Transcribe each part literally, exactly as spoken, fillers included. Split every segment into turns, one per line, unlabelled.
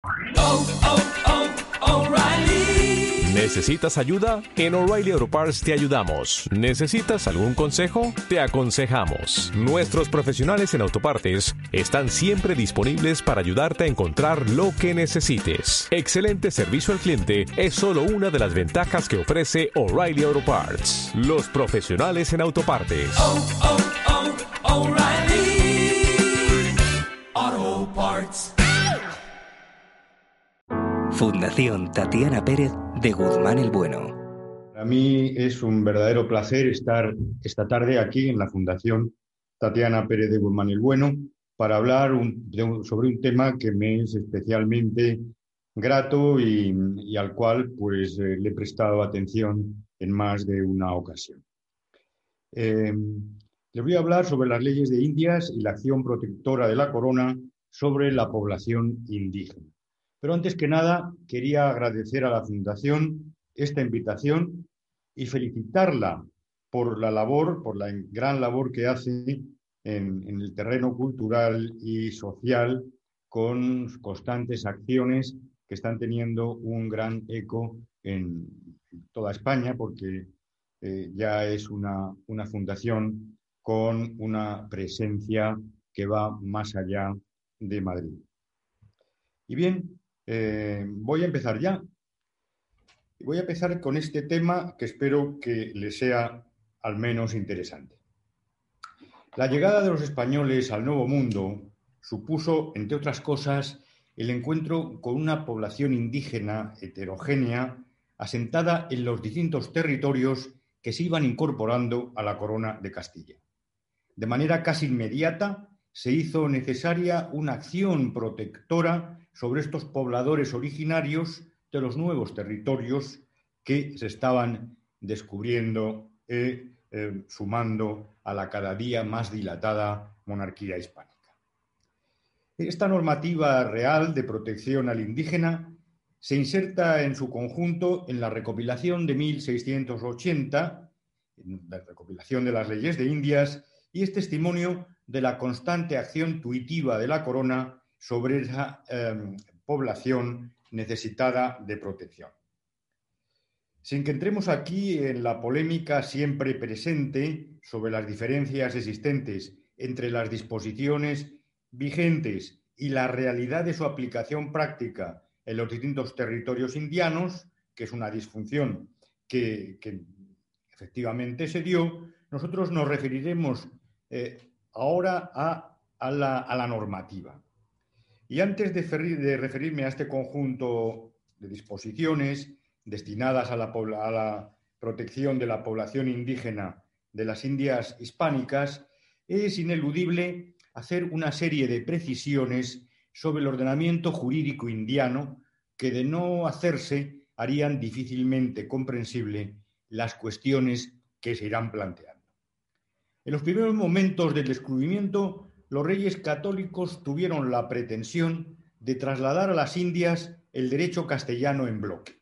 Oh, oh, oh, O'Reilly.
¿Necesitas ayuda? En O'Reilly Auto Parts te ayudamos. ¿Necesitas algún consejo? Te aconsejamos. Nuestros profesionales en autopartes están siempre disponibles para ayudarte a encontrar lo que necesites. Excelente servicio al cliente es solo una de las ventajas que ofrece O'Reilly Auto Parts. Los profesionales en autopartes.
Oh, oh, oh, O'Reilly Auto Parts.
Fundación Tatiana Pérez de Guzmán el Bueno.
Para mí es un verdadero placer estar esta tarde aquí en la Fundación Tatiana Pérez de Guzmán el Bueno para hablar un, de, sobre un tema que me es especialmente grato y, y al cual pues, eh, le he prestado atención en más de una ocasión. Eh, les voy a hablar sobre las leyes de Indias y la acción protectora de la corona sobre la población indígena. Pero antes que nada, quería agradecer a la Fundación esta invitación y felicitarla por la labor, por la gran labor que hace en, en el terreno cultural y social con constantes acciones que están teniendo un gran eco en toda España, porque eh, ya es una, una fundación con una presencia que va más allá de Madrid. Y bien, Eh, voy a empezar ya. Voy a empezar con este tema que espero que les sea al menos interesante. La llegada de los españoles al Nuevo Mundo supuso, entre otras cosas, el encuentro con una población indígena heterogénea asentada en los distintos territorios que se iban incorporando a la corona de Castilla. De manera casi inmediata se hizo necesaria una acción protectora sobre estos pobladores originarios de los nuevos territorios que se estaban descubriendo y eh, eh, sumando a la cada día más dilatada monarquía hispánica. Esta normativa real de protección al indígena se inserta en su conjunto en la recopilación de mil seiscientos ochenta, en la recopilación de las leyes de Indias, y es testimonio de la constante acción tuitiva de la corona sobre esa eh, población necesitada de protección. Sin que entremos aquí en la polémica siempre presente sobre las diferencias existentes entre las disposiciones vigentes y la realidad de su aplicación práctica en los distintos territorios indianos, que es una disfunción que, que efectivamente se dio, nosotros nos referiremos eh, ahora a, a, la, a la normativa. Y antes de, ferir, de referirme a este conjunto de disposiciones destinadas a la, a la protección de la población indígena de las Indias hispánicas, es ineludible hacer una serie de precisiones sobre el ordenamiento jurídico indiano que, de no hacerse, harían difícilmente comprensible las cuestiones que se irán planteando. En los primeros momentos del descubrimiento, los reyes católicos tuvieron la pretensión de trasladar a las Indias el derecho castellano en bloque.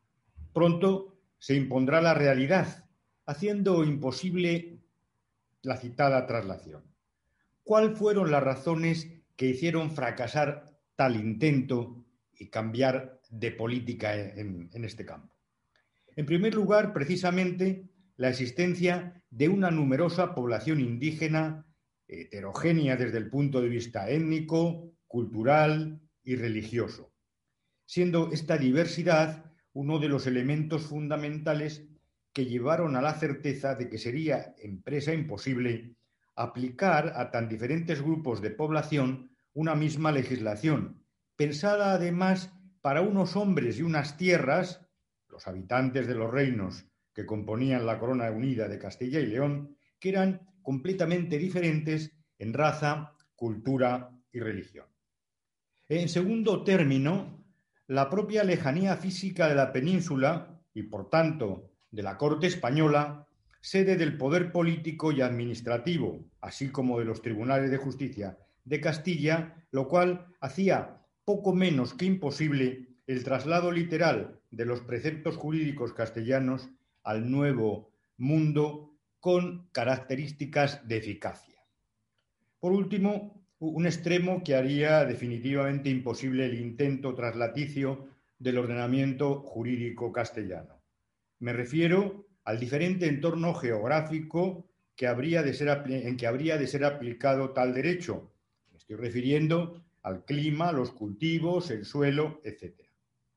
Pronto se impondrá la realidad, haciendo imposible la citada traslación. ¿Cuáles fueron las razones que hicieron fracasar tal intento y cambiar de política en, en este campo? En primer lugar, precisamente, la existencia de una numerosa población indígena heterogénea desde el punto de vista étnico, cultural y religioso, siendo esta diversidad uno de los elementos fundamentales que llevaron a la certeza de que sería empresa imposible aplicar a tan diferentes grupos de población una misma legislación, pensada además para unos hombres y unas tierras, los habitantes de los reinos que componían la corona unida de Castilla y León, que eran completamente diferentes en raza, cultura y religión. En segundo término, la propia lejanía física de la península y, por tanto, de la corte española, sede del poder político y administrativo, así como de los tribunales de justicia de Castilla, lo cual hacía poco menos que imposible el traslado literal de los preceptos jurídicos castellanos al Nuevo Mundo con características de eficacia. Por último, un extremo que haría definitivamente imposible el intento traslaticio del ordenamiento jurídico castellano. Me refiero al diferente entorno geográfico que habría de ser, en que habría de ser aplicado tal derecho. Me estoy refiriendo al clima, los cultivos, el suelo, etcétera.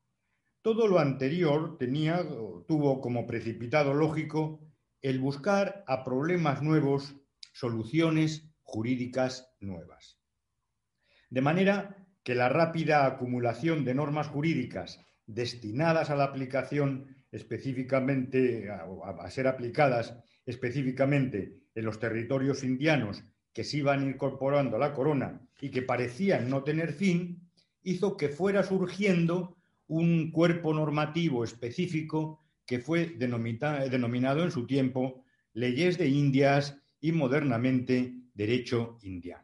Todo lo anterior tenía, tuvo como precipitado lógico el buscar a problemas nuevos soluciones jurídicas nuevas. De manera que la rápida acumulación de normas jurídicas destinadas a la aplicación específicamente, a, a ser aplicadas específicamente en los territorios indianos que se iban incorporando a la corona y que parecían no tener fin, hizo que fuera surgiendo un cuerpo normativo específico que fue denominado en su tiempo Leyes de Indias y modernamente Derecho Indiano.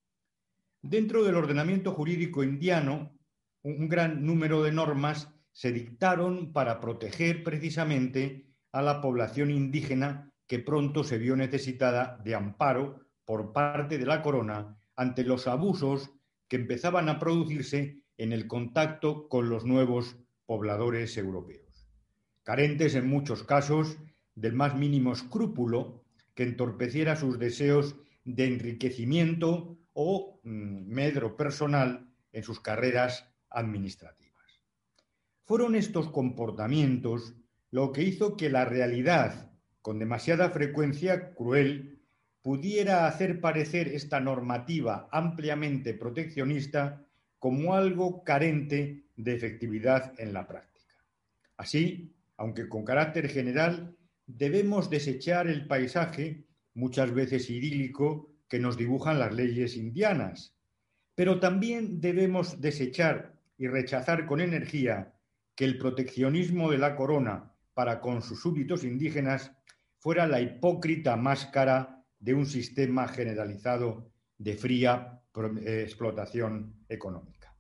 Dentro del ordenamiento jurídico indiano, un gran número de normas se dictaron para proteger precisamente a la población indígena que pronto se vio necesitada de amparo por parte de la corona ante los abusos que empezaban a producirse en el contacto con los nuevos pobladores europeos, carentes en muchos casos del más mínimo escrúpulo que entorpeciera sus deseos de enriquecimiento o mm, medro personal en sus carreras administrativas. Fueron estos comportamientos lo que hizo que la realidad, con demasiada frecuencia cruel, pudiera hacer parecer esta normativa ampliamente proteccionista como algo carente de efectividad en la práctica. Así, aunque con carácter general, debemos desechar el paisaje, muchas veces idílico, que nos dibujan las leyes indianas, pero también debemos desechar y rechazar con energía que el proteccionismo de la corona para con sus súbditos indígenas fuera la hipócrita máscara de un sistema generalizado de fría explotación económica.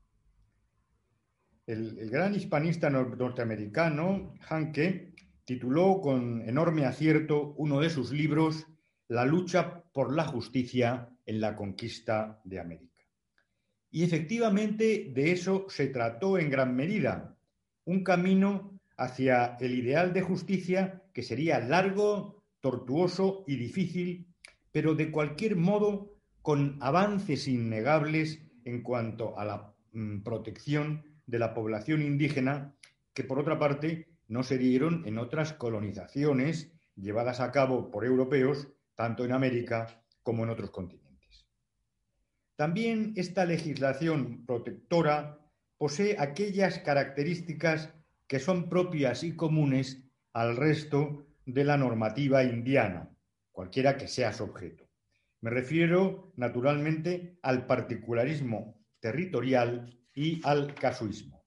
El, el gran hispanista norteamericano, Hanke, tituló con enorme acierto uno de sus libros La lucha por la justicia en la conquista de América. Y efectivamente de eso se trató en gran medida, un camino hacia el ideal de justicia que sería largo, tortuoso y difícil, pero de cualquier modo con avances innegables en cuanto a la mm, protección de la población indígena, que por otra parte no se dieron en otras colonizaciones llevadas a cabo por europeos, tanto en América como en otros continentes. También esta legislación protectora posee aquellas características que son propias y comunes al resto de la normativa indiana, cualquiera que sea su objeto. Me refiero, naturalmente, al particularismo territorial y al casuismo.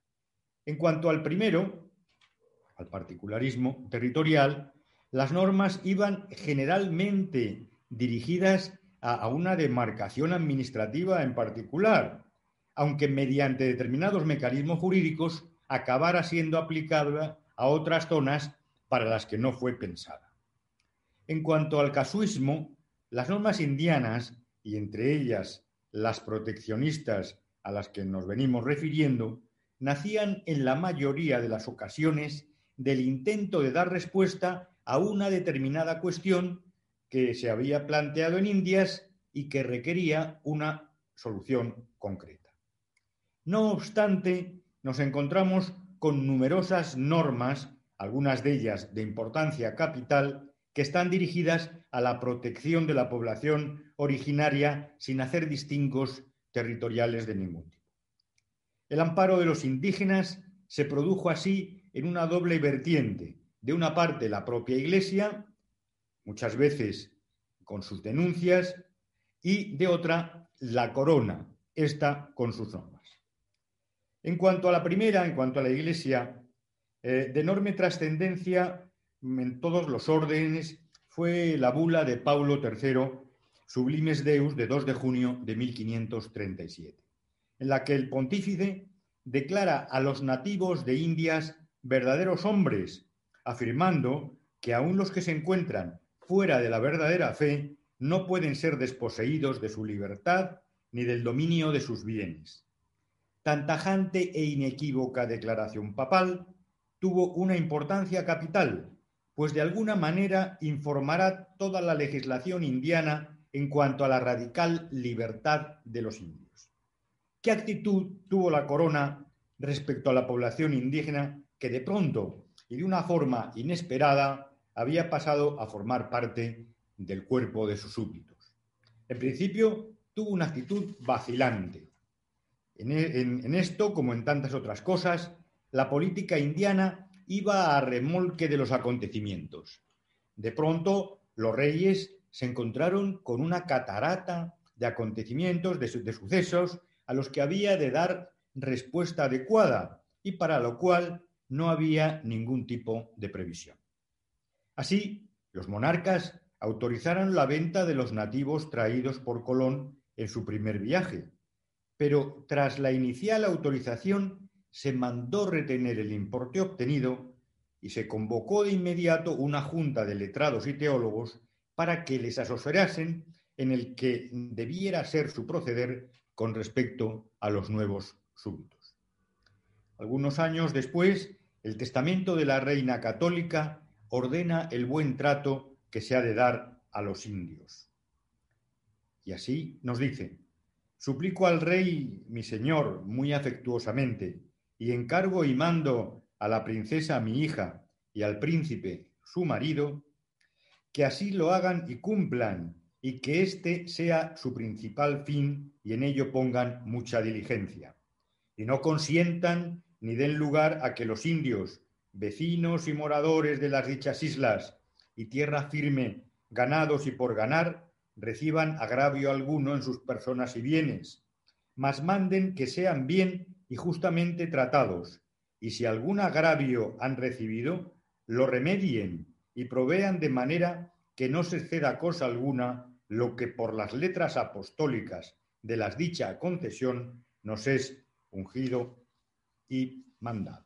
En cuanto al primero, al particularismo territorial, las normas iban generalmente dirigidas a, a una demarcación administrativa en particular, aunque mediante determinados mecanismos jurídicos acabara siendo aplicada a otras zonas para las que no fue pensada. En cuanto al casuismo, las normas indianas, y entre ellas las proteccionistas a las que nos venimos refiriendo, nacían en la mayoría de las ocasiones del intento de dar respuesta a una determinada cuestión que se había planteado en Indias y que requería una solución concreta. No obstante, nos encontramos con numerosas normas, algunas de ellas de importancia capital, que están dirigidas a la protección de la población originaria sin hacer distingos territoriales de ningún tipo. El amparo de los indígenas se produjo así en una doble vertiente. De una parte, la propia Iglesia, muchas veces con sus denuncias, y de otra, la corona, esta con sus normas. En cuanto a la primera, en cuanto a la Iglesia, eh, de enorme trascendencia en todos los órdenes fue la bula de Paulo tercero, Sublimes Deus, de dos de junio de mil quinientos treinta y siete, en la que el pontífice declara a los nativos de Indias verdaderos hombres, afirmando que aun los que se encuentran fuera de la verdadera fe no pueden ser desposeídos de su libertad ni del dominio de sus bienes. Tan tajante e inequívoca declaración papal tuvo una importancia capital, pues de alguna manera informará toda la legislación indiana en cuanto a la radical libertad de los indios. ¿Qué actitud tuvo la corona respecto a la población indígena que de pronto y de una forma inesperada había pasado a formar parte del cuerpo de sus súbditos? En principio, tuvo una actitud vacilante. En, en, en esto, como en tantas otras cosas, la política indiana iba a remolque de los acontecimientos. De pronto, los reyes se encontraron con una catarata de acontecimientos, de, de sucesos, a los que había de dar respuesta adecuada y para lo cual no había ningún tipo de previsión. Así, los monarcas autorizaron la venta de los nativos traídos por Colón en su primer viaje, pero tras la inicial autorización se mandó retener el importe obtenido y se convocó de inmediato una junta de letrados y teólogos para que les asesorasen en el que debiera ser su proceder con respecto a los nuevos súbditos. Algunos años después, el testamento de la reina católica ordena el buen trato que se ha de dar a los indios. Y así nos dice: suplico al rey, mi señor, muy afectuosamente, y encargo y mando a la princesa mi hija y al príncipe su marido, que así lo hagan y cumplan, y que este sea su principal fin y en ello pongan mucha diligencia. Y no consientan ni den lugar a que los indios, vecinos y moradores de las dichas islas y tierra firme, ganados y por ganar, reciban agravio alguno en sus personas y bienes, mas manden que sean bien y justamente tratados, y si algún agravio han recibido, lo remedien y provean de manera que no se ceda cosa alguna lo que por las letras apostólicas de las dicha concesión nos es ungido y mandado.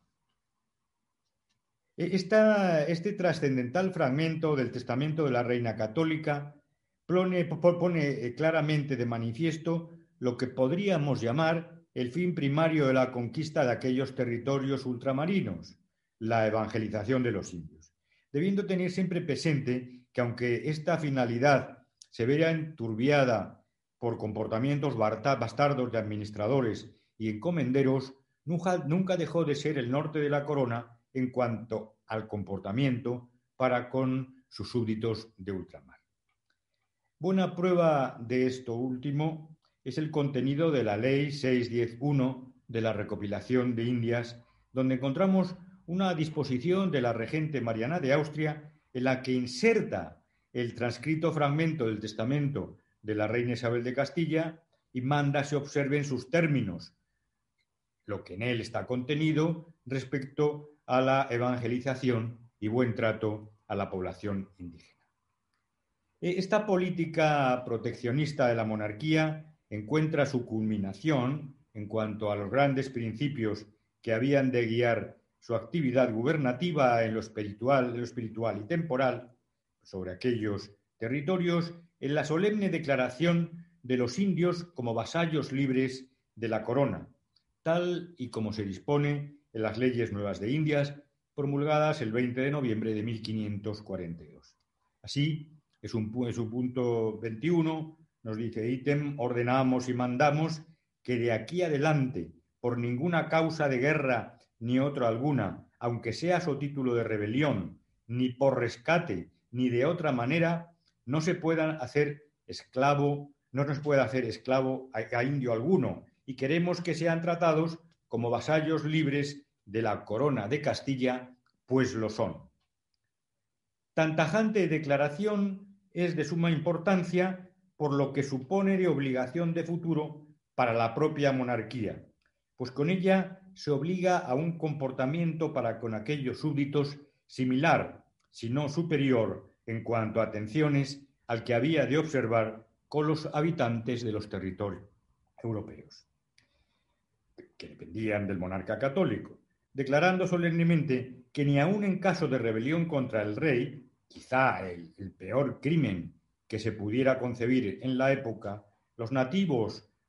Esta, este trascendental fragmento del testamento de la reina católica pone, pone claramente de manifiesto lo que podríamos llamar el fin primario de la conquista de aquellos territorios ultramarinos, la evangelización de los indios, debiendo tener siempre presente que aunque esta finalidad se verá enturbiada por comportamientos bastardos de administradores y encomenderos, nunca, nunca dejó de ser el norte de la corona en cuanto al comportamiento para con sus súbditos de ultramar. Buena prueba de esto último es el contenido de la Ley seiscientos diez punto uno de la Recopilación de Indias, donde encontramos una disposición de la regente Mariana de Austria en la que inserta el transcrito fragmento del testamento de la reina Isabel de Castilla y manda se observen sus términos, lo que en él está contenido respecto a la evangelización y buen trato a la población indígena. Esta política proteccionista de la monarquía encuentra su culminación en cuanto a los grandes principios que habían de guiar su actividad gubernativa en lo espiritual, en lo espiritual y temporal sobre aquellos territorios, en la solemne declaración de los indios como vasallos libres de la corona, tal y como se dispone en las leyes nuevas de Indias, promulgadas el veinte de noviembre de mil quinientos cuarenta y dos. Así, en su, en su punto veintiuno, nos dice: ítem, ordenamos y mandamos que de aquí adelante, por ninguna causa de guerra ni otra alguna, aunque sea su título de rebelión, ni por rescate, ni de otra manera, no se puedan hacer esclavo, no nos puede hacer esclavo a, a indio alguno, y queremos que sean tratados como vasallos libres de la corona de Castilla, pues lo son. Tan tajante declaración es de suma importancia por lo que supone de obligación de futuro para la propia monarquía, pues con ella se obliga a un comportamiento para con aquellos súbditos similar, si no superior, en cuanto a atenciones al que había de observar con los habitantes de los territorios europeos, que dependían del monarca católico, declarando solemnemente que ni aun en caso de rebelión contra el rey, quizá el, el peor crimen que se pudiera concebir en la época, los nativos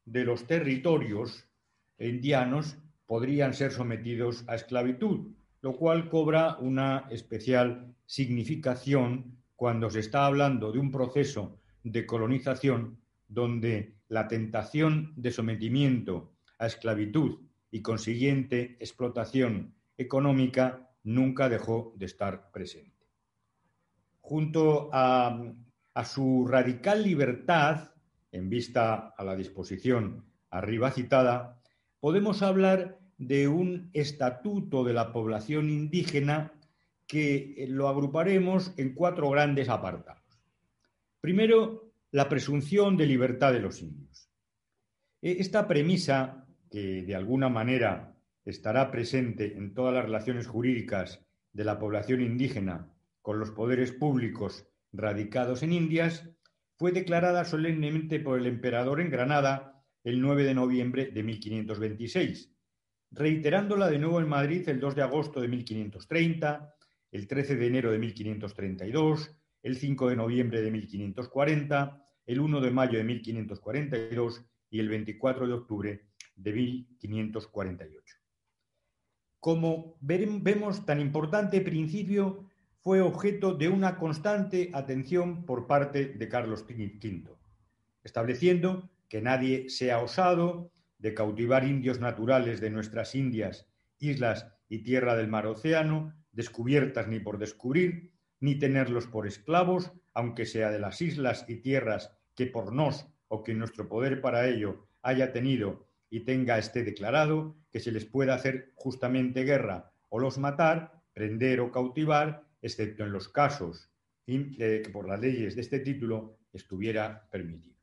de los territorios indianos podrían ser sometidos a esclavitud, lo cual cobra una especial significación cuando se está hablando de un proceso de colonización donde la tentación de sometimiento a esclavitud y consiguiente explotación económica nunca dejó de estar presente. Junto a, a su radical libertad, en vista a la disposición arriba citada, podemos hablar de un estatuto de la población indígena que lo agruparemos en cuatro grandes apartados. Primero, la presunción de libertad de los indios. Esta premisa, que de alguna manera estará presente en todas las relaciones jurídicas de la población indígena con los poderes públicos radicados en Indias, fue declarada solemnemente por el emperador en Granada el nueve de noviembre de mil quinientos veintiséis, reiterándola de nuevo en Madrid el dos de agosto de mil quinientos treinta, el trece de enero de mil quinientos treinta y dos, el cinco de noviembre de mil quinientos cuarenta, el uno de mayo de mil quinientos cuarenta y dos y el veinticuatro de octubre de mil quinientos cuarenta y ocho. Como vemos, tan importante principio fue objeto de una constante atención por parte de Carlos quinto, estableciendo que nadie sea osado de cautivar indios naturales de nuestras Indias, islas y tierra del mar Océano, descubiertas ni por descubrir, ni tenerlos por esclavos, aunque sea de las islas y tierras que por nos o que nuestro poder para ello haya tenido y tenga esté declarado, que se les pueda hacer justamente guerra o los matar, prender o cautivar, excepto en los casos eh, que por las leyes de este título estuviera permitido.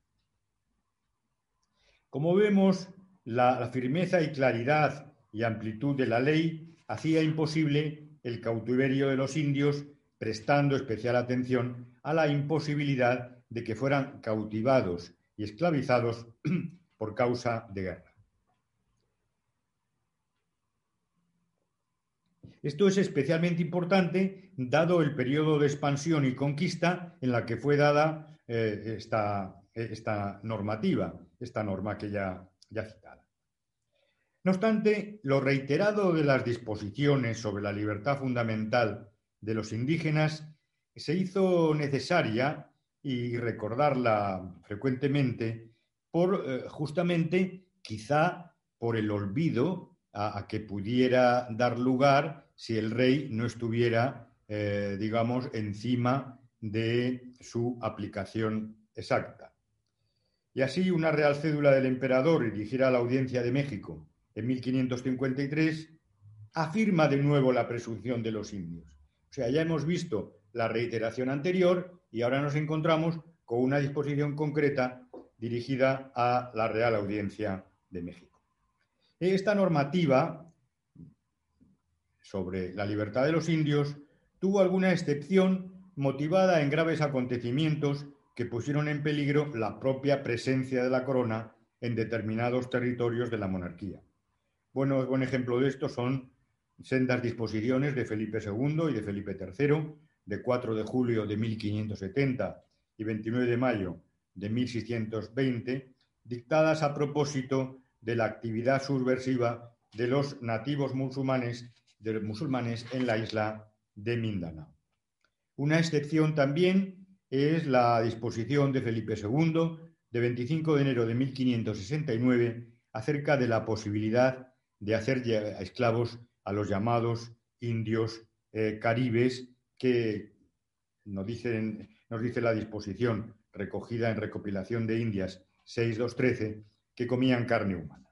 Como vemos, la, la firmeza y claridad y amplitud de la ley hacía imposible el cautiverio de los indios, prestando especial atención a la imposibilidad de que fueran cautivados y esclavizados por causa de guerra. Esto es especialmente importante dado el periodo de expansión y conquista en la que fue dada eh, esta, esta normativa, esta norma que ya, ya citada. No obstante, lo reiterado de las disposiciones sobre la libertad fundamental de los indígenas se hizo necesaria, y recordarla frecuentemente, por eh, justamente quizá por el olvido a, a que pudiera dar lugar si el rey no estuviera, eh, digamos, encima de su aplicación exacta. Y así una real cédula del emperador dirigida a la Audiencia de México en mil quinientos cincuenta y tres afirma de nuevo la presunción de los indios. O sea, ya hemos visto la reiteración anterior y ahora nos encontramos con una disposición concreta dirigida a la Real Audiencia de México. Esta normativa sobre la libertad de los indios tuvo alguna excepción motivada en graves acontecimientos que pusieron en peligro la propia presencia de la corona en determinados territorios de la monarquía. Bueno, buen ejemplo de esto son sendas disposiciones de Felipe segundo y de Felipe tercero de cuatro de julio de mil quinientos setenta y veintinueve de mayo de mil seiscientos veinte, dictadas a propósito de la actividad subversiva de los nativos musulmanes, de los musulmanes en la isla de Mindanao. Una excepción también es la disposición de Felipe segundo de veinticinco de enero de mil quinientos sesenta y nueve acerca de la posibilidad de hacer esclavos a los llamados indios eh, caribes que nos, dicen, nos dice la disposición recogida en Recopilación de Indias seis dos trece, que comían carne humana.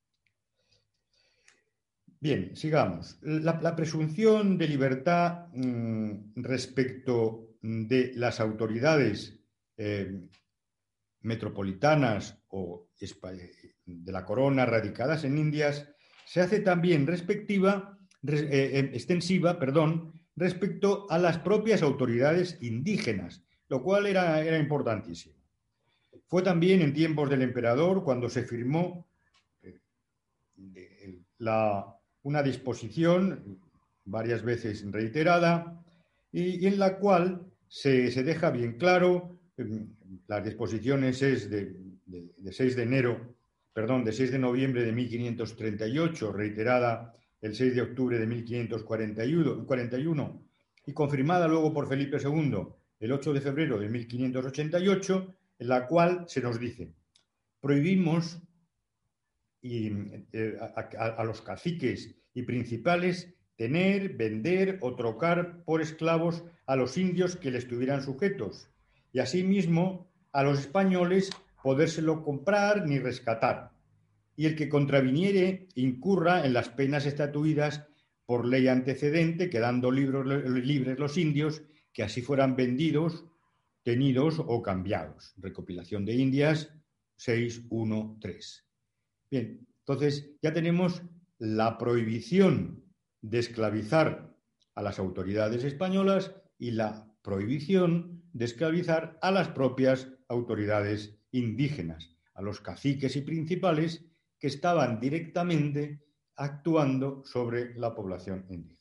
Bien, sigamos. La, la presunción de libertad mmm, respecto de las autoridades eh, metropolitanas o de la corona radicadas en Indias se hace también respectiva, eh, extensiva perdón, respecto a las propias autoridades indígenas, lo cual era, era importantísimo. Fue también en tiempos del emperador cuando se firmó eh, la, una disposición, varias veces reiterada, y, y en la cual se, se deja bien claro, eh, las disposiciones es de, de, de seis de enero perdón, de seis de noviembre de mil quinientos treinta y ocho, reiterada el seis de octubre de mil quinientos cuarenta y uno y confirmada luego por Felipe segundo el ocho de febrero de mil quinientos ochenta y ocho, en la cual se nos dice: prohibimos y, eh, a, a, a los caciques y principales tener, vender o trocar por esclavos a los indios que les estuvieran sujetos, y asimismo a los españoles podérselo comprar ni rescatar, y el que contraviniere incurra en las penas estatuidas por ley antecedente, quedando libres los indios que así fueran vendidos, tenidos o cambiados. Recopilación de Indias seis uno tres. Bien, entonces ya tenemos la prohibición de esclavizar a las autoridades españolas y la prohibición de esclavizar a las propias autoridades indígenas, a los caciques y principales que estaban directamente actuando sobre la población indígena.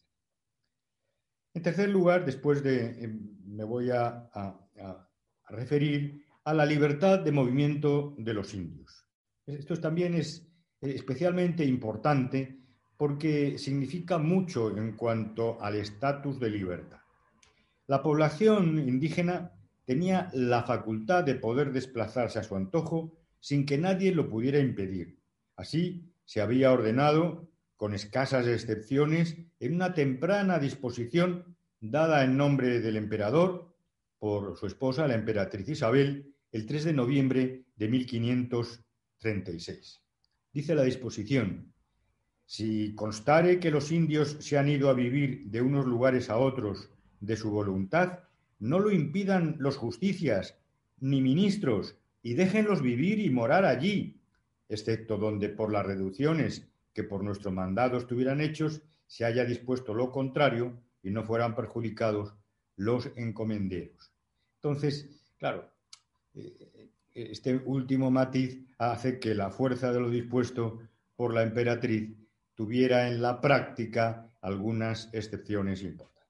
En tercer lugar, después de, eh, me voy a, a, a referir a la libertad de movimiento de los indios. Esto también es especialmente importante porque significa mucho en cuanto al estatus de libertad. La población indígena tenía la facultad de poder desplazarse a su antojo sin que nadie lo pudiera impedir. Así se había ordenado, con escasas excepciones, en una temprana disposición dada en nombre del emperador por su esposa, la emperatriz Isabel, el tres de noviembre de mil quinientos treinta y seis. Dice la disposición: si constare que los indios se han ido a vivir de unos lugares a otros de su voluntad, no lo impidan los justicias ni ministros y déjenlos vivir y morar allí, excepto donde por las reducciones que por nuestro mandado estuvieran hechos se haya dispuesto lo contrario y no fueran perjudicados los encomenderos. Entonces, claro, este último matiz hace que la fuerza de lo dispuesto por la emperatriz tuviera en la práctica algunas excepciones importantes.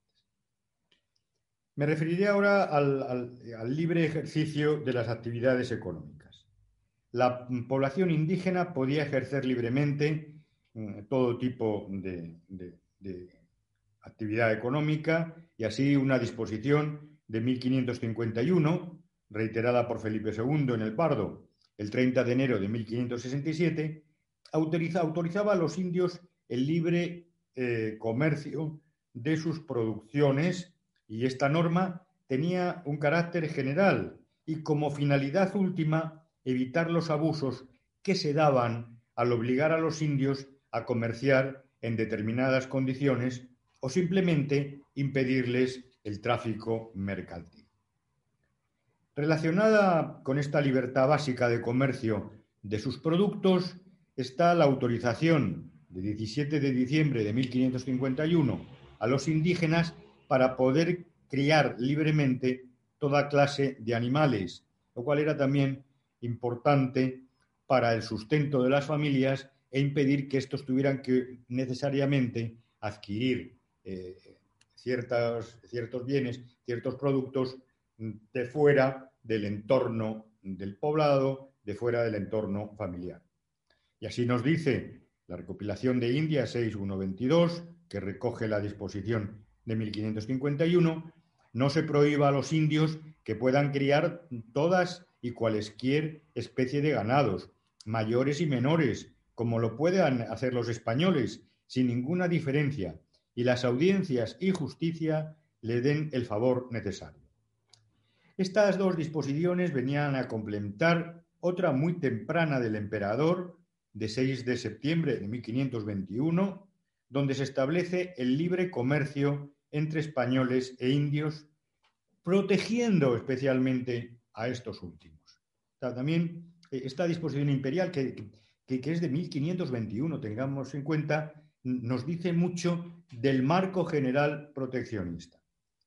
Me referiré ahora al, al, al libre ejercicio de las actividades económicas. La población indígena podía ejercer libremente eh, todo tipo de, de, de actividad económica, y así una disposición de mil quinientos cincuenta y uno, reiterada por Felipe segundo en el Pardo el treinta de enero de mil quinientos sesenta y siete, autoriza, autorizaba a los indios el libre eh, comercio de sus producciones, y esta norma tenía un carácter general y como finalidad última evitar los abusos que se daban al obligar a los indios a comerciar en determinadas condiciones o simplemente impedirles el tráfico mercantil. Relacionada con esta libertad básica de comercio de sus productos está la autorización de diecisiete de diciembre de mil quinientos cincuenta y uno a los indígenas para poder criar libremente toda clase de animales, lo cual era también importante para el sustento de las familias e impedir que estos tuvieran que necesariamente adquirir eh, ciertas, ciertos bienes, ciertos productos de fuera del entorno del poblado, de fuera del entorno familiar. Y así nos dice la recopilación de Indias seis uno veintidós, que recoge la disposición de mil quinientos cincuenta y uno, no se prohíba a los indios que puedan criar todas y cualesquier especie de ganados, mayores y menores, como lo puedan hacer los españoles, sin ninguna diferencia, y las audiencias y justicia le den el favor necesario. Estas dos disposiciones venían a complementar otra muy temprana del emperador, de seis de septiembre de mil quinientos veintiuno, donde se establece el libre comercio entre españoles e indios, protegiendo especialmente a estos últimos. O sea, también esta disposición imperial, que, que, que es de mil quinientos veintiuno, tengamos en cuenta, nos dice mucho del marco general proteccionista.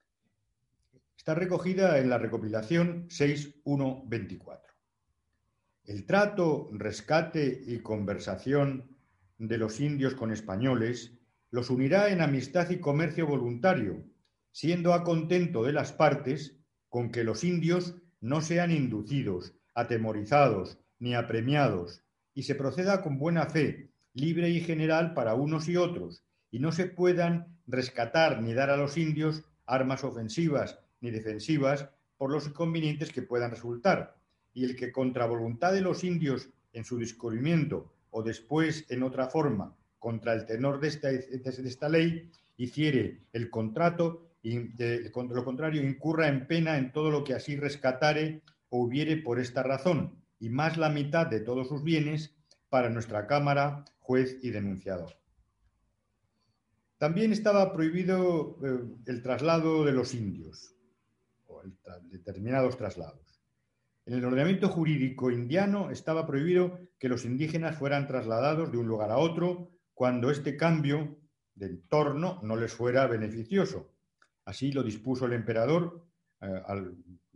Está recogida en la recopilación seis uno veinticuatro. El trato, rescate y conversación de los indios con españoles los unirá en amistad y comercio voluntario, siendo a contento de las partes con que los indios no sean inducidos, atemorizados ni apremiados, y se proceda con buena fe, libre y general para unos y otros, y no se puedan rescatar ni dar a los indios armas ofensivas ni defensivas por los inconvenientes que puedan resultar, y el que contra voluntad de los indios en su descubrimiento o después en otra forma contra el tenor de esta, de esta ley hiciere el contrato y de, contra lo contrario incurra en pena en todo lo que así rescatare o hubiere por esta razón, y más la mitad de todos sus bienes para nuestra Cámara, juez y denunciador. También estaba prohibido eh, el traslado de los indios, o el tra- determinados traslados. En el ordenamiento jurídico indiano estaba prohibido que los indígenas fueran trasladados de un lugar a otro cuando este cambio de entorno no les fuera beneficioso. Así lo dispuso el emperador, eh, al,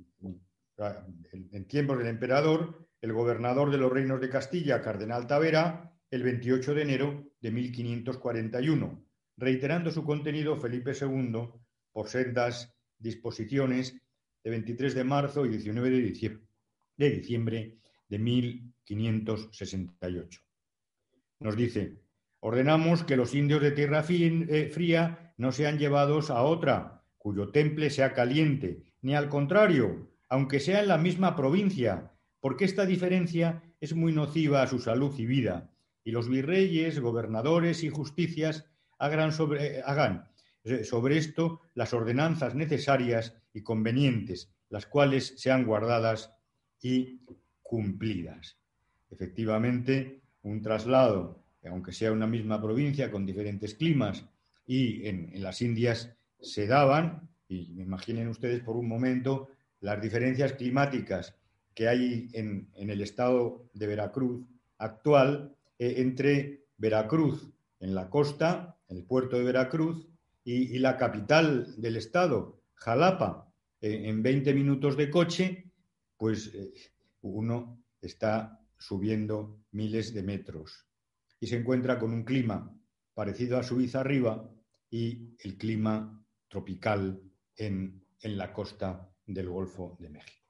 en tiempos del emperador, el gobernador de los reinos de Castilla, Cardenal Tavera, el veintiocho de enero de mil quinientos cuarenta y uno, reiterando su contenido Felipe segundo por sendas disposiciones de veintitrés de marzo y diecinueve de diciembre de diciembre de mil quinientos sesenta y ocho. Nos dice: ordenamos que los indios de tierra fría no sean llevados a otra, cuyo temple sea caliente, ni al contrario, aunque sea en la misma provincia, porque esta diferencia es muy nociva a su salud y vida, y los virreyes, gobernadores y justicias hagan sobre, hagan sobre esto las ordenanzas necesarias y convenientes, las cuales sean guardadas y cumplidas. Efectivamente, un traslado, aunque sea una misma provincia con diferentes climas, y en, en las Indias se daban, y imaginen ustedes por un momento las diferencias climáticas que hay en, en el estado de Veracruz actual, eh, entre Veracruz en la costa, en el puerto de Veracruz, y, y la capital del estado, Jalapa, eh, en veinte minutos de coche, pues eh, uno está subiendo miles de metros y se encuentra con un clima parecido a Suiza arriba y el clima tropical en, en la costa del Golfo de México.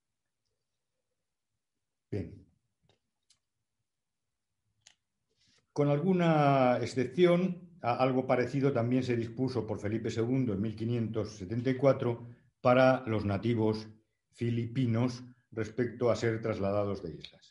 Bien. Con alguna excepción, algo parecido también se dispuso por Felipe segundo en mil quinientos setenta y cuatro para los nativos filipinos respecto a ser trasladados de islas.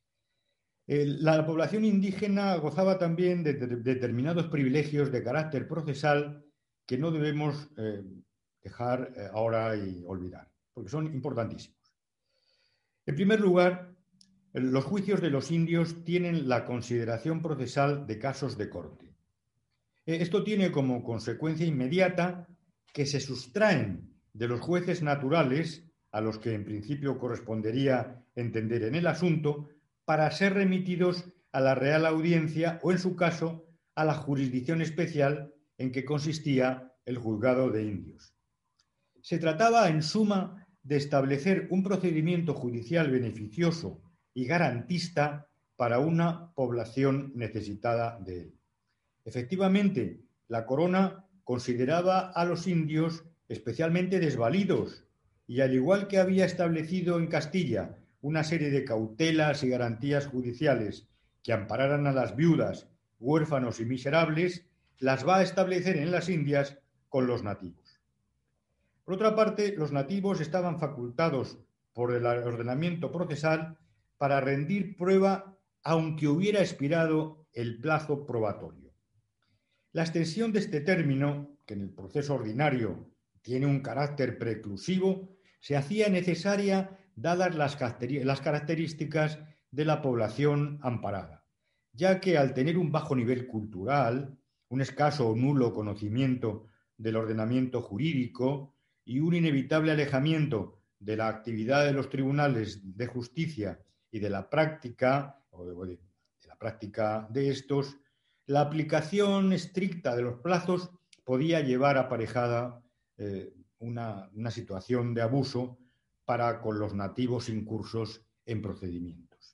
La población indígena gozaba también de determinados privilegios de carácter procesal que no debemos eh, dejar eh, ahora y olvidar, porque son importantísimos. En primer lugar, los juicios de los indios tienen la consideración procesal de casos de corte. Esto tiene como consecuencia inmediata que se sustraen de los jueces naturales, a los que en principio correspondería entender en el asunto, para ser remitidos a la Real Audiencia o, en su caso, a la jurisdicción especial en que consistía el juzgado de indios. Se trataba, en suma, de establecer un procedimiento judicial beneficioso y garantista para una población necesitada de él. Efectivamente, la corona consideraba a los indios especialmente desvalidos y, al igual que había establecido en Castilla una serie de cautelas y garantías judiciales que ampararan a las viudas, huérfanos y miserables, las va a establecer en las Indias con los nativos. Por otra parte, los nativos estaban facultados por el ordenamiento procesal para rendir prueba aunque hubiera expirado el plazo probatorio. La extensión de este término, que en el proceso ordinario tiene un carácter preclusivo, se hacía necesaria dadas las características de la población amparada, ya que al tener un bajo nivel cultural, un escaso o nulo conocimiento del ordenamiento jurídico y un inevitable alejamiento de la actividad de los tribunales de justicia y de la práctica, o de, de la práctica de estos, la aplicación estricta de los plazos podía llevar aparejada eh, una, una situación de abuso para con los nativos incursos en procedimientos.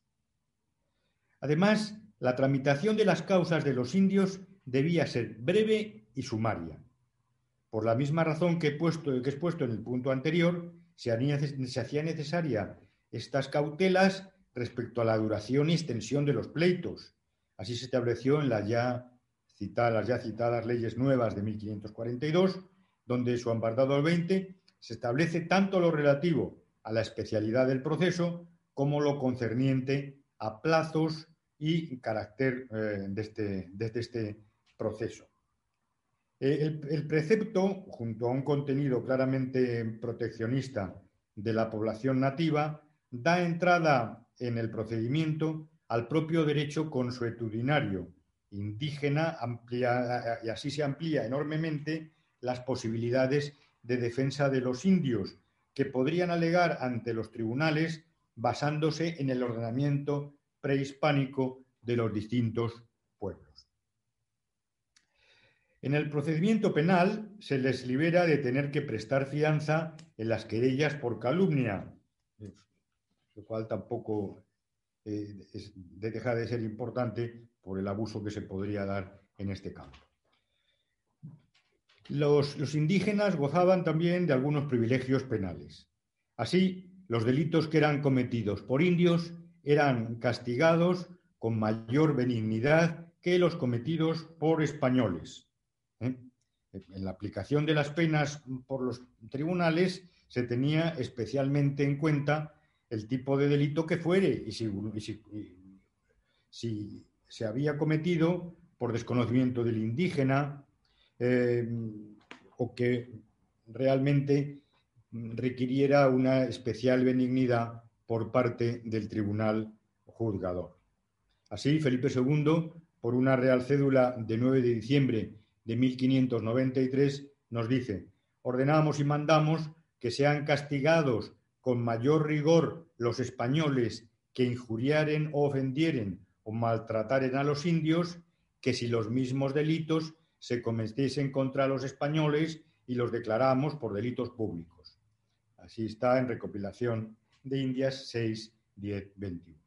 Además, la tramitación de las causas de los indios debía ser breve y sumaria. Por la misma razón que he, puesto, que he expuesto en el punto anterior, se, se hacía necesaria estas cautelas respecto a la duración y extensión de los pleitos. Así se estableció en las ya citadas, las ya citadas leyes nuevas de mil quinientos cuarenta y dos, donde su apartado veinte se establece tanto lo relativo a la especialidad del proceso como lo concerniente a plazos y carácter eh, de, este, de este proceso. El, el precepto, junto a un contenido claramente proteccionista de la población nativa, da entrada en el procedimiento al propio derecho consuetudinario indígena, amplia, y así se amplía enormemente las posibilidades de defensa de los indios, que podrían alegar ante los tribunales basándose en el ordenamiento prehispánico de los distintos pueblos. En el procedimiento penal se les libera de tener que prestar fianza en las querellas por calumnia, lo cual tampoco eh, es, deja de ser importante por el abuso que se podría dar en este campo. Los, los indígenas gozaban también de algunos privilegios penales. Así, los delitos que eran cometidos por indios eran castigados con mayor benignidad que los cometidos por españoles. ¿Eh? En la aplicación de las penas por los tribunales se tenía especialmente en cuenta el tipo de delito que fuere y si, y si, y si se había cometido por desconocimiento del indígena eh, o que realmente requiriera una especial benignidad por parte del tribunal juzgador. Así, Felipe segundo, por una real cédula de nueve de diciembre de mil quinientos noventa y tres, nos dice: ordenamos y mandamos que sean castigados con mayor rigor los españoles que injuriaren o ofendieren o maltrataren a los indios, que si los mismos delitos se cometiesen contra los españoles y los declaramos por delitos públicos. Así está en Recopilación de Indias seis, diez, veintiuno.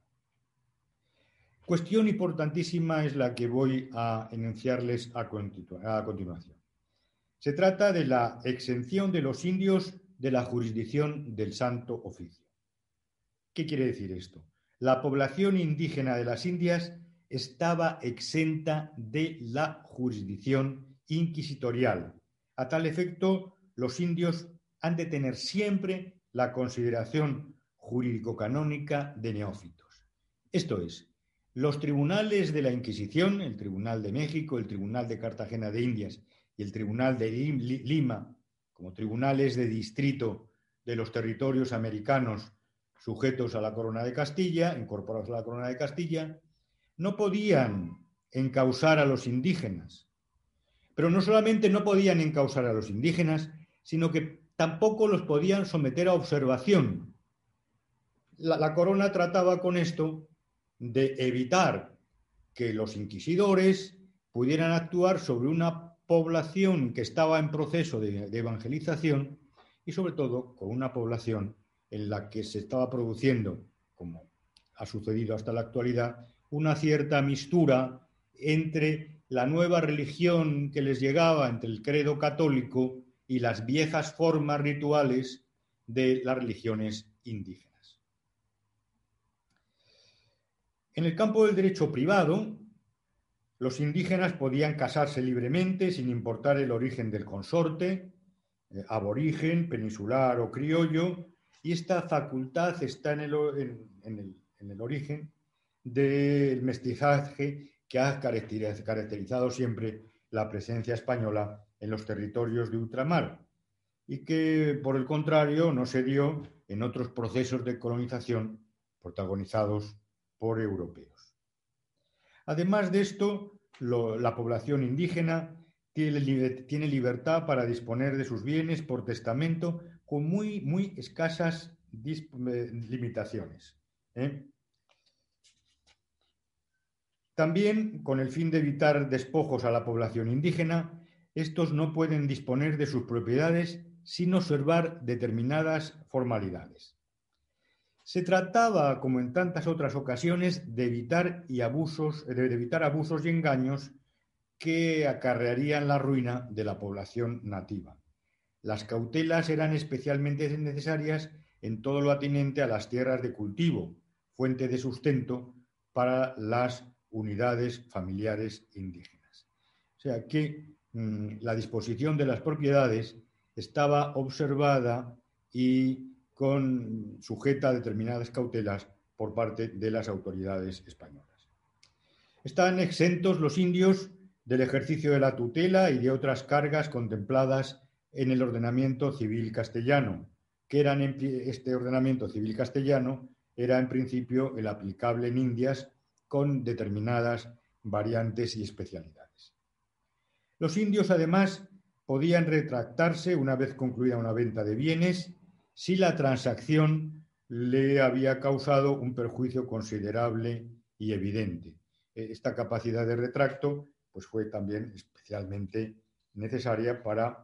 Cuestión importantísima es la que voy a enunciarles a, continu- a continuación. Se trata de la exención de los indios de la jurisdicción del Santo Oficio. ¿Qué quiere decir esto? La población indígena de las Indias estaba exenta de la jurisdicción inquisitorial. A tal efecto, los indios han de tener siempre la consideración jurídico-canónica de neófitos. Esto es, los tribunales de la Inquisición, el Tribunal de México, el Tribunal de Cartagena de Indias y el Tribunal de Lima, como tribunales de distrito de los territorios americanos sujetos a la Corona de Castilla, incorporados a la Corona de Castilla, no podían encausar a los indígenas. Pero no solamente no podían encausar a los indígenas, sino que tampoco los podían someter a observación. La, la Corona trataba con esto de evitar que los inquisidores pudieran actuar sobre una población que estaba en proceso de, de evangelización y sobre todo con una población en la que se estaba produciendo, como ha sucedido hasta la actualidad, una cierta mistura entre la nueva religión que les llegaba, entre el credo católico y las viejas formas rituales de las religiones indígenas. En el campo del derecho privado, los indígenas podían casarse libremente sin importar el origen del consorte, eh, aborigen, peninsular o criollo, y esta facultad está en el, en, en el, en el origen del mestizaje que ha caracterizado siempre la presencia española en los territorios de ultramar y que, por el contrario, no se dio en otros procesos de colonización protagonizados por europeos. Además de esto, lo, la población indígena tiene, tiene libertad para disponer de sus bienes por testamento con muy, muy escasas limitaciones. ¿eh? También, con el fin de evitar despojos a la población indígena, estos no pueden disponer de sus propiedades sin observar determinadas formalidades. Se trataba, como en tantas otras ocasiones, de evitar, y abusos, de evitar abusos y engaños que acarrearían la ruina de la población nativa. Las cautelas eran especialmente necesarias en todo lo atinente a las tierras de cultivo, fuente de sustento para las unidades familiares indígenas. O sea que mmm, la disposición de las propiedades estaba observada y con, sujeta a determinadas cautelas por parte de las autoridades españolas. Están exentos los indios del ejercicio de la tutela y de otras cargas contempladas en el ordenamiento civil castellano, que eran en, este ordenamiento civil castellano era en principio el aplicable en Indias con determinadas variantes y especialidades. Los indios, además, podían retractarse una vez concluida una venta de bienes si la transacción le había causado un perjuicio considerable y evidente. Esta capacidad de retracto pues, fue también especialmente necesaria para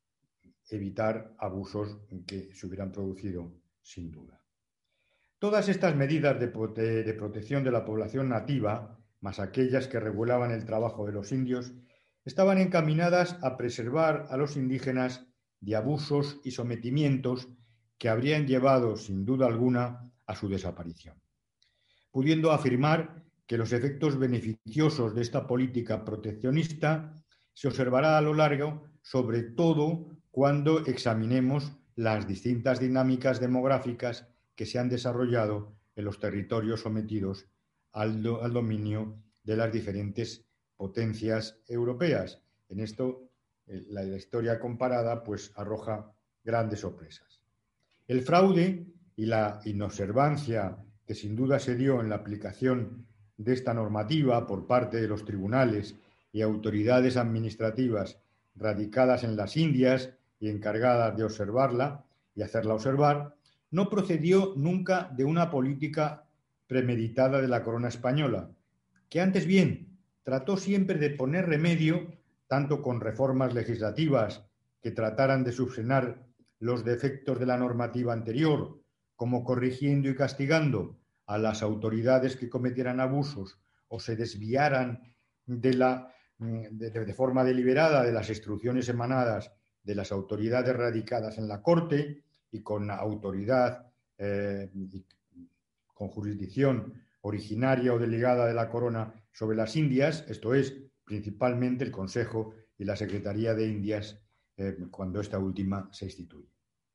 evitar abusos que se hubieran producido sin duda. Todas estas medidas de, prote de protección de la población nativa, más aquellas que regulaban el trabajo de los indios, estaban encaminadas a preservar a los indígenas de abusos y sometimientos que habrían llevado, sin duda alguna, a su desaparición, pudiendo afirmar que los efectos beneficiosos de esta política proteccionista se observará a lo largo, sobre todo cuando examinemos las distintas dinámicas demográficas que se han desarrollado en los territorios sometidos al, do, al dominio de las diferentes potencias europeas. En esto, eh, la, la historia comparada pues, arroja grandes sorpresas. El fraude y la inobservancia que sin duda se dio en la aplicación de esta normativa por parte de los tribunales y autoridades administrativas radicadas en las Indias y encargadas de observarla y hacerla observar, no procedió nunca de una política premeditada de la corona española, que antes bien trató siempre de poner remedio, tanto con reformas legislativas que trataran de subsanar los defectos de la normativa anterior, como corrigiendo y castigando a las autoridades que cometieran abusos o se desviaran de, la, de, de forma deliberada de las instrucciones emanadas de las autoridades radicadas en la corte y con autoridad eh, y con jurisdicción originaria o delegada de la corona sobre las Indias, esto es, principalmente el Consejo y la Secretaría de Indias, eh, cuando esta última se instituye.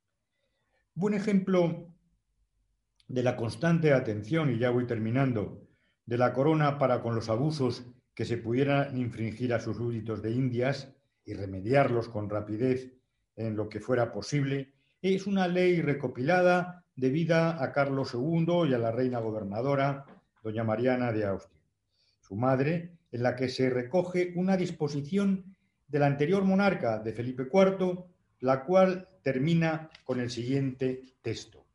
Buen ejemplo de la constante atención, y ya voy terminando, de la corona para con los abusos que se pudieran infringir a sus súbditos de Indias y remediarlos con rapidez en lo que fuera posible, es una ley recopilada debida a Carlos segundo y a la reina gobernadora, doña Mariana de Austria, su madre, en la que se recoge una disposición del anterior monarca de Felipe cuarto, la cual termina con el siguiente texto.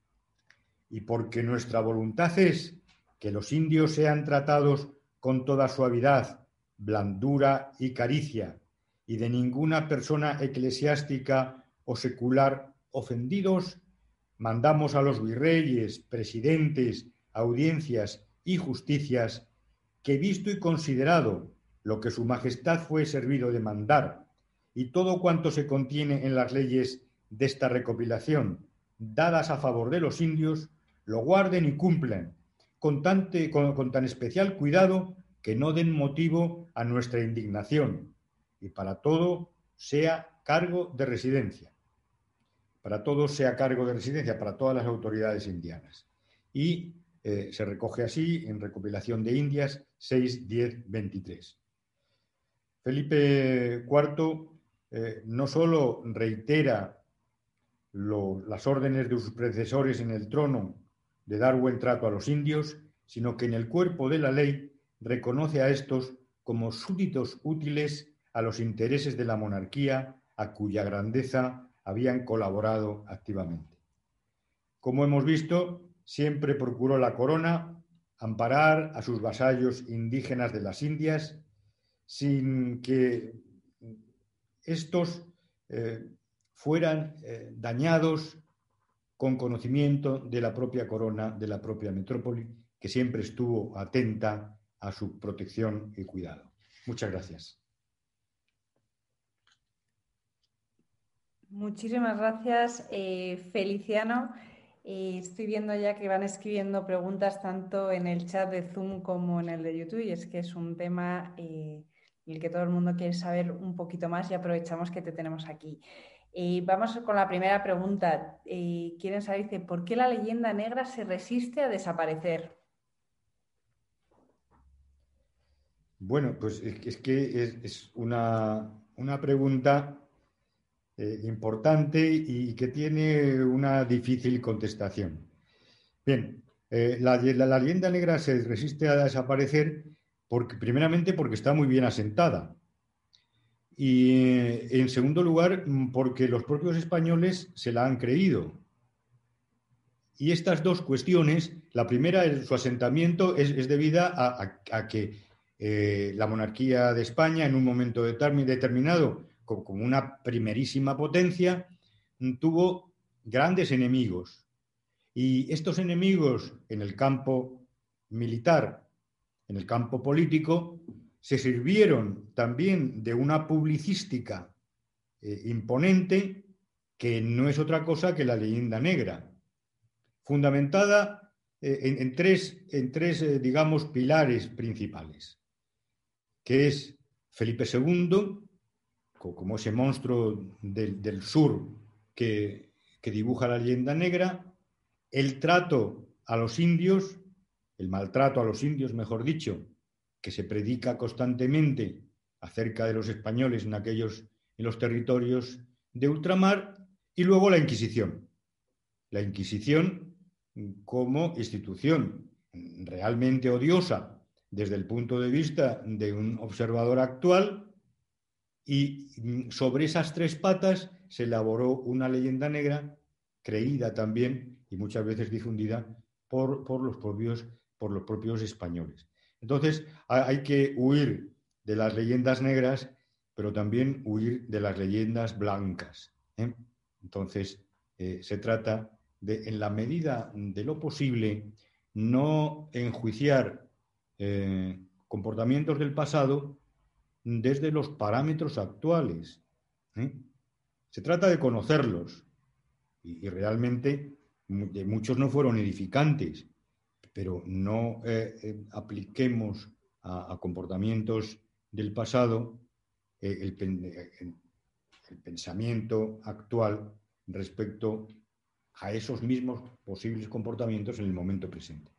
Y porque nuestra voluntad es que los indios sean tratados con toda suavidad, blandura y caricia, y de ninguna persona eclesiástica o secular ofendidos, mandamos a los virreyes, presidentes, audiencias y justicias que, visto y considerado lo que su majestad fue servido de mandar y todo cuanto se contiene en las leyes de esta recopilación dadas a favor de los indios, lo guarden y cumplan con, tante, con, con tan especial cuidado que no den motivo a nuestra indignación y para todo sea cargo de residencia. Para todos sea cargo de residencia, para todas las autoridades indianas. Y eh, se recoge así en Recopilación de Indias seis, diez, veintitrés. Felipe cuarto eh, no solo reitera lo, las órdenes de sus predecesores en el trono de dar buen trato a los indios, sino que en el cuerpo de la ley reconoce a estos como súbditos útiles a los intereses de la monarquía, a cuya grandeza habían colaborado activamente. Como hemos visto, siempre procuró la corona amparar a sus vasallos indígenas de las Indias sin que estos eh, fueran eh, dañados con conocimiento de la propia corona, de la propia metrópoli, que siempre estuvo atenta a su protección y cuidado. Muchas gracias.
Muchísimas gracias, eh, Feliciano. Y estoy viendo ya que van escribiendo preguntas tanto en el chat de Zoom como en el de YouTube, y es que es un tema eh, en el que todo el mundo quiere saber un poquito más y aprovechamos que te tenemos aquí. Y vamos con la primera pregunta. Eh, quieren saber, dice, ¿por qué la leyenda negra se resiste a desaparecer?
Bueno, pues es, es que es, es una, una pregunta eh, importante y que tiene una difícil contestación. Bien, eh, la, la, la leyenda negra se resiste a desaparecer porque, primeramente porque está muy bien asentada y, eh, en segundo lugar, porque los propios españoles se la han creído. Y estas dos cuestiones, la primera, su asentamiento, es, es debida a, a, a que eh, la monarquía de España, en un momento determinado, como una primerísima potencia, tuvo grandes enemigos. Y estos enemigos en el campo militar, en el campo político, se sirvieron también de una publicística eh, imponente que no es otra cosa que la leyenda negra, fundamentada eh, en, en tres, en tres eh, digamos, pilares principales, que es Felipe segundo, como ese monstruo del, del sur que, que dibuja la leyenda negra, el trato a los indios, el maltrato a los indios, mejor dicho, que se predica constantemente acerca de los españoles en aquellos, en los territorios de ultramar, y luego la Inquisición. La Inquisición como institución realmente odiosa desde el punto de vista de un observador actual, y sobre esas tres patas se elaboró una leyenda negra creída también y muchas veces difundida por, por, los, propios, por los propios españoles. Entonces hay que huir de las leyendas negras, pero también huir de las leyendas blancas, ¿eh? Entonces eh, se trata de, en la medida de lo posible, no enjuiciar eh, comportamientos del pasado desde los parámetros actuales, ¿eh? Se trata de conocerlos y, y realmente de muchos no fueron edificantes, pero no eh, eh, apliquemos a, a comportamientos del pasado eh, el, el, el pensamiento actual respecto a esos mismos posibles comportamientos en el momento presente.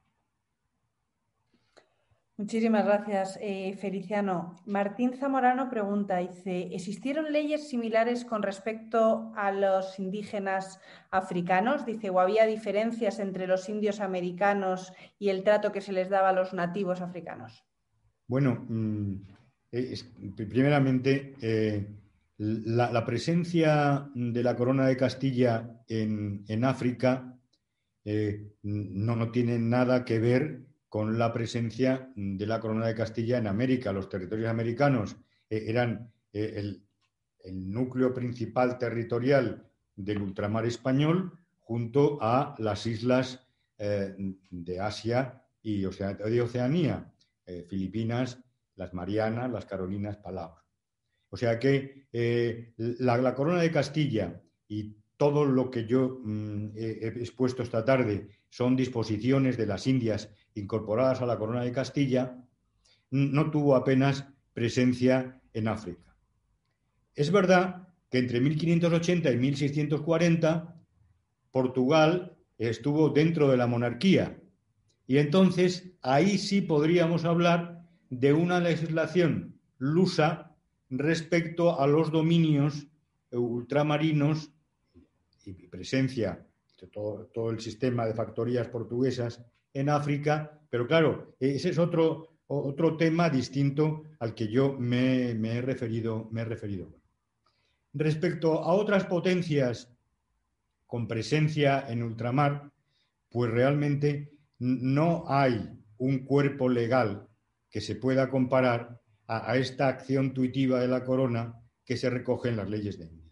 Muchísimas gracias, eh, Feliciano. Martín Zamorano pregunta, dice, ¿existieron leyes similares con respecto a los indígenas africanos? Dice, ¿o había diferencias entre los indios americanos y el trato que se les daba a los nativos africanos?
Bueno, es, primeramente, eh, la, la presencia de la corona de Castilla en, en África eh, no, no tiene nada que ver con la presencia de la corona de Castilla en América. Los territorios americanos eh, eran eh, el, el núcleo principal territorial del ultramar español junto a las islas eh, de Asia y Ocean- de Oceanía, eh, Filipinas, las Marianas, las Carolinas, Palaos. O sea que eh, la, la corona de Castilla y todo lo que yo mmm, he expuesto esta tarde son disposiciones de las Indias incorporadas a la corona de Castilla, no tuvo apenas presencia en África. Es verdad que entre mil quinientos ochenta y mil seiscientos cuarenta Portugal estuvo dentro de la monarquía y entonces ahí sí podríamos hablar de una legislación lusa respecto a los dominios ultramarinos y presencia de todo, todo el sistema de factorías portuguesas en África, pero claro, ese es otro, otro tema distinto al que yo me, me, he referido, me he referido. Respecto a otras potencias con presencia en ultramar, pues realmente no hay un cuerpo legal que se pueda comparar a, a esta acción tuitiva de la corona que se recoge en las leyes de Indias.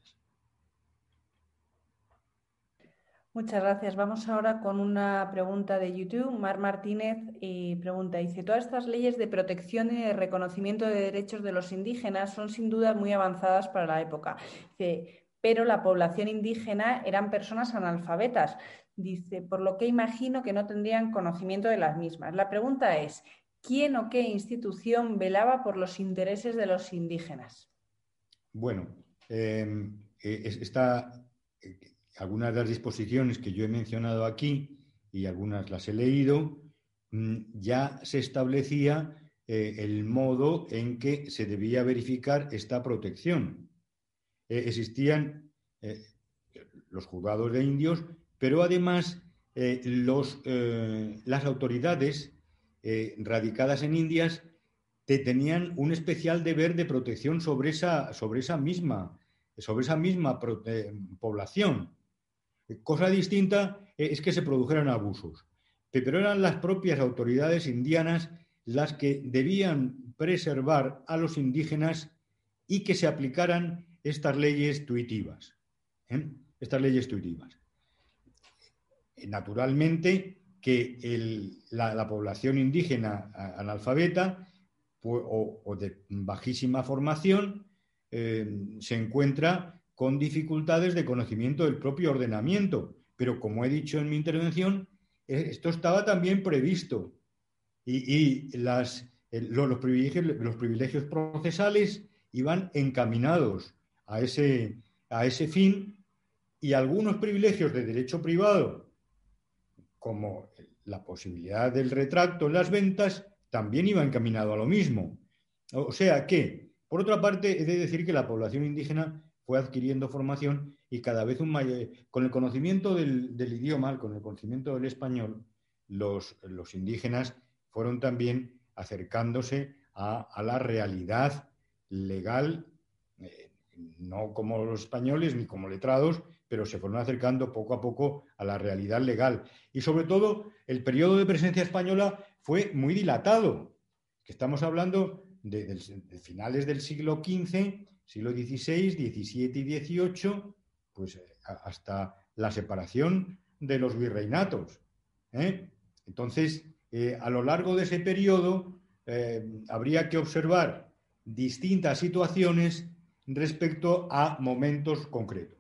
Muchas gracias. Vamos ahora con una pregunta de YouTube. Mar Martínez eh, pregunta, dice, todas estas leyes de protección y de reconocimiento de derechos de los indígenas son sin duda muy avanzadas para la época. Dice, pero la población indígena eran personas analfabetas. Dice, por lo que imagino que no tendrían conocimiento de las mismas. La pregunta es, ¿quién o qué institución velaba por los intereses de los indígenas?
Bueno, eh, está, eh, algunas de las disposiciones que yo he mencionado aquí, y algunas las he leído, ya se establecía eh, el modo en que se debía verificar esta protección. Eh, existían eh, los juzgados de indios, pero además eh, los, eh, las autoridades eh, radicadas en Indias te tenían un especial deber de protección sobre esa, sobre esa misma, sobre esa misma prote- población. Cosa distinta es que se produjeran abusos, pero eran las propias autoridades indianas las que debían preservar a los indígenas y que se aplicaran estas leyes tuitivas. ¿eh? Estas leyes tuitivas. Naturalmente que el, la, la población indígena analfabeta pues, o, o de bajísima formación eh, se encuentra con dificultades de conocimiento del propio ordenamiento. Pero, como he dicho en mi intervención, esto estaba también previsto. Y, y las, los, privilegios, los privilegios procesales iban encaminados a ese, a ese fin, y algunos privilegios de derecho privado, como la posibilidad del retracto en las ventas, también iban encaminados a lo mismo. O sea que, por otra parte, he de decir que la población indígena fue adquiriendo formación y cada vez un mayor, con el conocimiento del, del idioma, con el conocimiento del español, los, los indígenas fueron también acercándose a, a la realidad legal, eh, no como los españoles ni como letrados, pero se fueron acercando poco a poco a la realidad legal. Y sobre todo, el periodo de presencia española fue muy dilatado, que estamos hablando de, de, de finales del siglo quince, siglo dieciséis, diecisiete y dieciocho, pues hasta la separación de los virreinatos. ¿eh? Entonces, eh, a lo largo de ese periodo, eh, habría que observar distintas situaciones respecto a momentos concretos.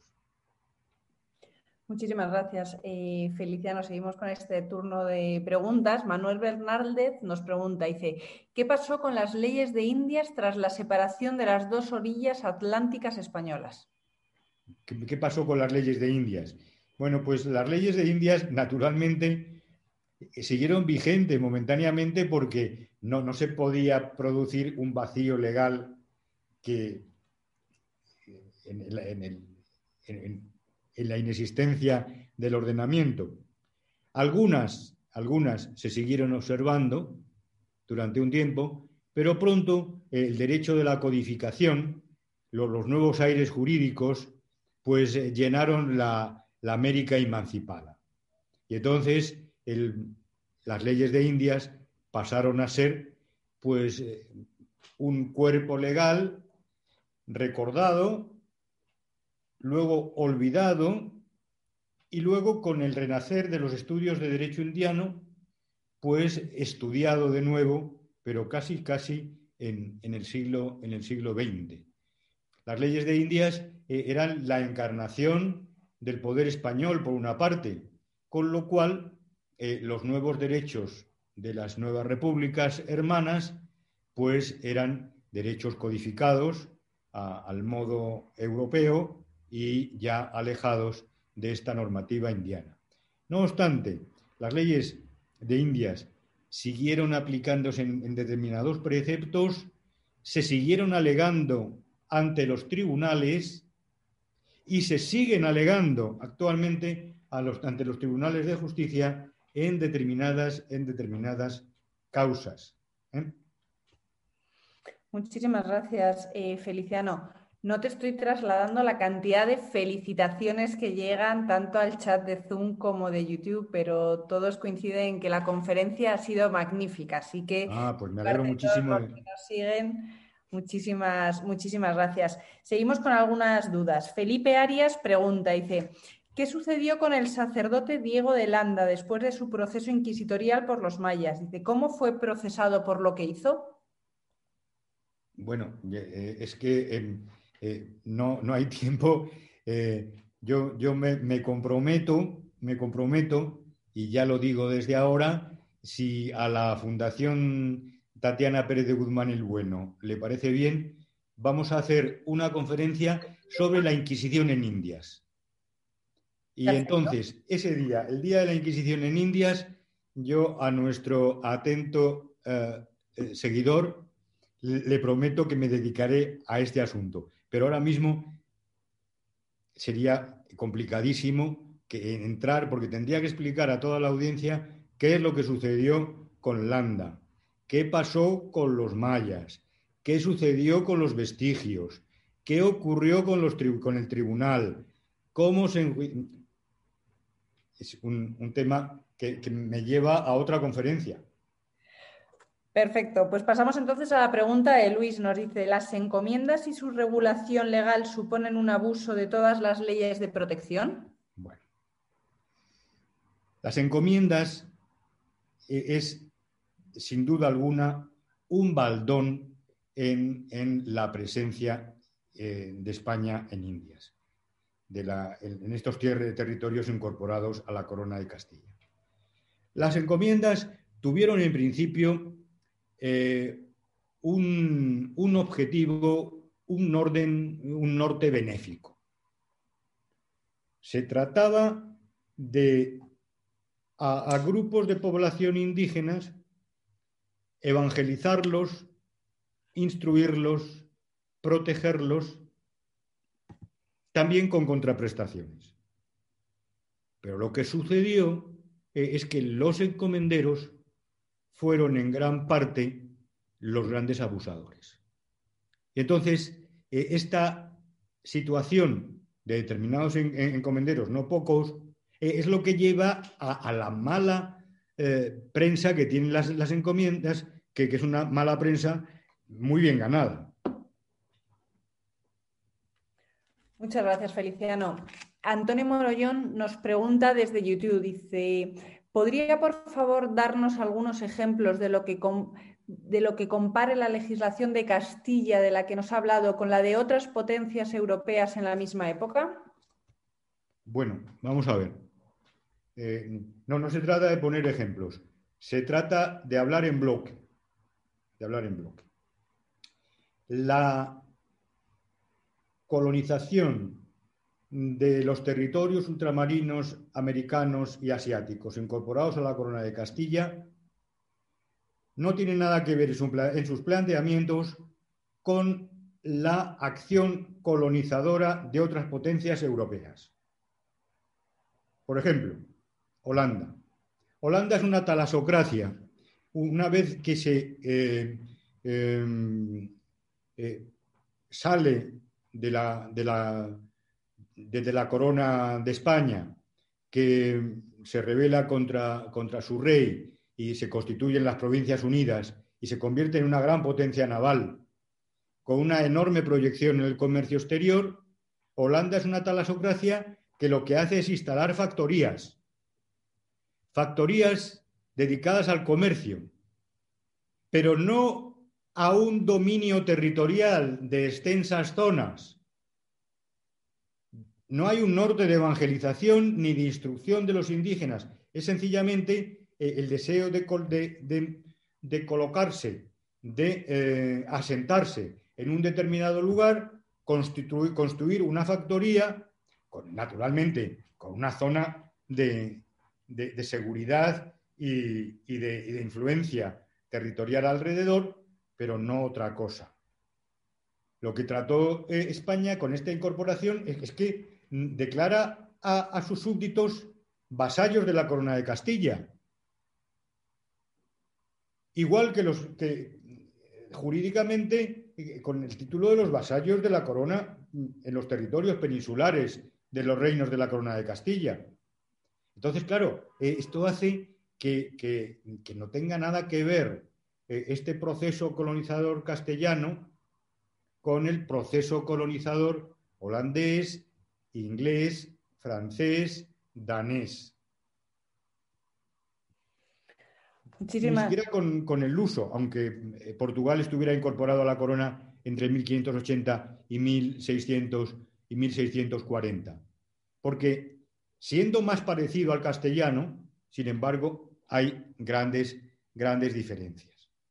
Muchísimas gracias, eh, Feliciano. Seguimos con este turno de preguntas. Manuel Bernaldez nos pregunta, dice, ¿qué pasó con las leyes de Indias tras la separación de las dos orillas atlánticas españolas?
¿Qué, qué pasó con las leyes de Indias? Bueno, pues las leyes de Indias, naturalmente, siguieron vigentes momentáneamente porque no, no se podía producir un vacío legal que en, el, en, el, en, en la inexistencia del ordenamiento. Algunas, algunas se siguieron observando durante un tiempo, pero pronto el derecho de la codificación, los, los nuevos aires jurídicos, pues eh, llenaron la, la América emancipada. Y entonces el, las leyes de Indias pasaron a ser pues eh, un cuerpo legal recordado, luego olvidado, y luego con el renacer de los estudios de derecho indiano, pues estudiado de nuevo, pero casi casi en, en, el, siglo, en el siglo veinte. Las leyes de Indias eh, eran la encarnación del poder español, por una parte, con lo cual eh, los nuevos derechos de las nuevas repúblicas hermanas pues eran derechos codificados a, al modo europeo y ya alejados de esta normativa indiana. No obstante, las leyes de Indias siguieron aplicándose en, en determinados preceptos, se siguieron alegando ante los tribunales y se siguen alegando actualmente a los, ante los tribunales de justicia en determinadas, en determinadas causas. ¿eh?
Muchísimas gracias, eh, Feliciano. No te estoy trasladando la cantidad de felicitaciones que llegan tanto al chat de Zoom como de YouTube, pero todos coinciden en que la conferencia ha sido magnífica. Así que,
ah, pues me alegro
de
muchísimo.
todos los que nos siguen, muchísimas, muchísimas gracias. Seguimos con algunas dudas. Felipe Arias pregunta, dice, ¿qué sucedió con el sacerdote Diego de Landa después de su proceso inquisitorial por los mayas? Dice, ¿cómo fue procesado por lo que hizo?
Bueno, es que eh, eh, no, no hay tiempo Eh, yo yo me, me comprometo, me comprometo, y ya lo digo desde ahora, si a la Fundación Tatiana Pérez de Guzmán el Bueno le parece bien, vamos a hacer una conferencia sobre la Inquisición en Indias. Y
Perfecto.
entonces, ese día, el día de la Inquisición en Indias, yo a nuestro atento eh, eh, seguidor le, le prometo que me dedicaré a este asunto. Pero ahora mismo sería complicadísimo que entrar, porque tendría que explicar a toda la audiencia qué es lo que sucedió con Landa, qué pasó con los mayas, qué sucedió con los vestigios, qué ocurrió con, los tri- con el tribunal, cómo se... Es un, un tema que, que me lleva a otra conferencia.
Perfecto, pues pasamos entonces a la pregunta de Luis. Nos dice, ¿las encomiendas y su regulación legal suponen un abuso de todas las leyes de protección?
Bueno, las encomiendas eh, es, sin duda alguna, un baldón en, en la presencia eh, de España en Indias, de la, en, en estos ter- territorios incorporados a la Corona de Castilla. Las encomiendas tuvieron en principio eh, un, un objetivo, un orden, un norte benéfico. Se trataba de a, a grupos de población indígenas evangelizarlos, instruirlos, protegerlos, también con contraprestaciones. Pero lo que sucedió eh, es que los encomenderos fueron en gran parte los grandes abusadores. Y entonces, eh, esta situación de determinados en, en, encomenderos, no pocos, eh, es lo que lleva a, a la mala eh, prensa que tienen las, las encomiendas, que, que es una mala prensa muy bien ganada.
Muchas gracias, Feliciano. Antonio Morollón nos pregunta desde YouTube, dice, ¿podría por favor darnos algunos ejemplos de lo que, de lo que compare la legislación de Castilla de la que nos ha hablado con la de otras potencias europeas en la misma época?
Bueno, vamos a ver. Eh, no, no se trata de poner ejemplos, se trata de hablar en bloque, de hablar en bloque. La colonización de los territorios ultramarinos americanos y asiáticos incorporados a la Corona de Castilla no tiene nada que ver en sus planteamientos con la acción colonizadora de otras potencias europeas. Por ejemplo, Holanda. Holanda es una talasocracia. Una vez que se eh, eh, eh, sale de la, de la, desde la corona de España, que se rebela contra, contra su rey y se constituyen las Provincias Unidas y se convierte en una gran potencia naval con una enorme proyección en el comercio exterior, Holanda es una talasocracia que lo que hace es instalar factorías, factorías dedicadas al comercio, pero no a un dominio territorial de extensas zonas. No hay un norte de evangelización ni de instrucción de los indígenas. Es sencillamente eh, el deseo de, de, de, de colocarse, de eh, asentarse en un determinado lugar, construir, construir una factoría, con, naturalmente con una zona de, de, de seguridad y, y, de, y de influencia territorial alrededor, pero no otra cosa. Lo que trató eh, España con esta incorporación es, es que declara a, a sus súbditos vasallos de la Corona de Castilla. Igual que los que jurídicamente, eh, con el título de los vasallos de la Corona en los territorios peninsulares de los reinos de la Corona de Castilla. Entonces, claro, eh, esto hace que, que, que no tenga nada que ver eh, este proceso colonizador castellano con el proceso colonizador holandés, inglés, francés, danés. Muchísimas... Ni siquiera con, con el luso, aunque Portugal estuviera incorporado a la corona entre mil quinientos ochenta y mil seiscientos y mil seiscientos cuarenta. Porque siendo más parecido al castellano, sin embargo, hay grandes, grandes diferencias.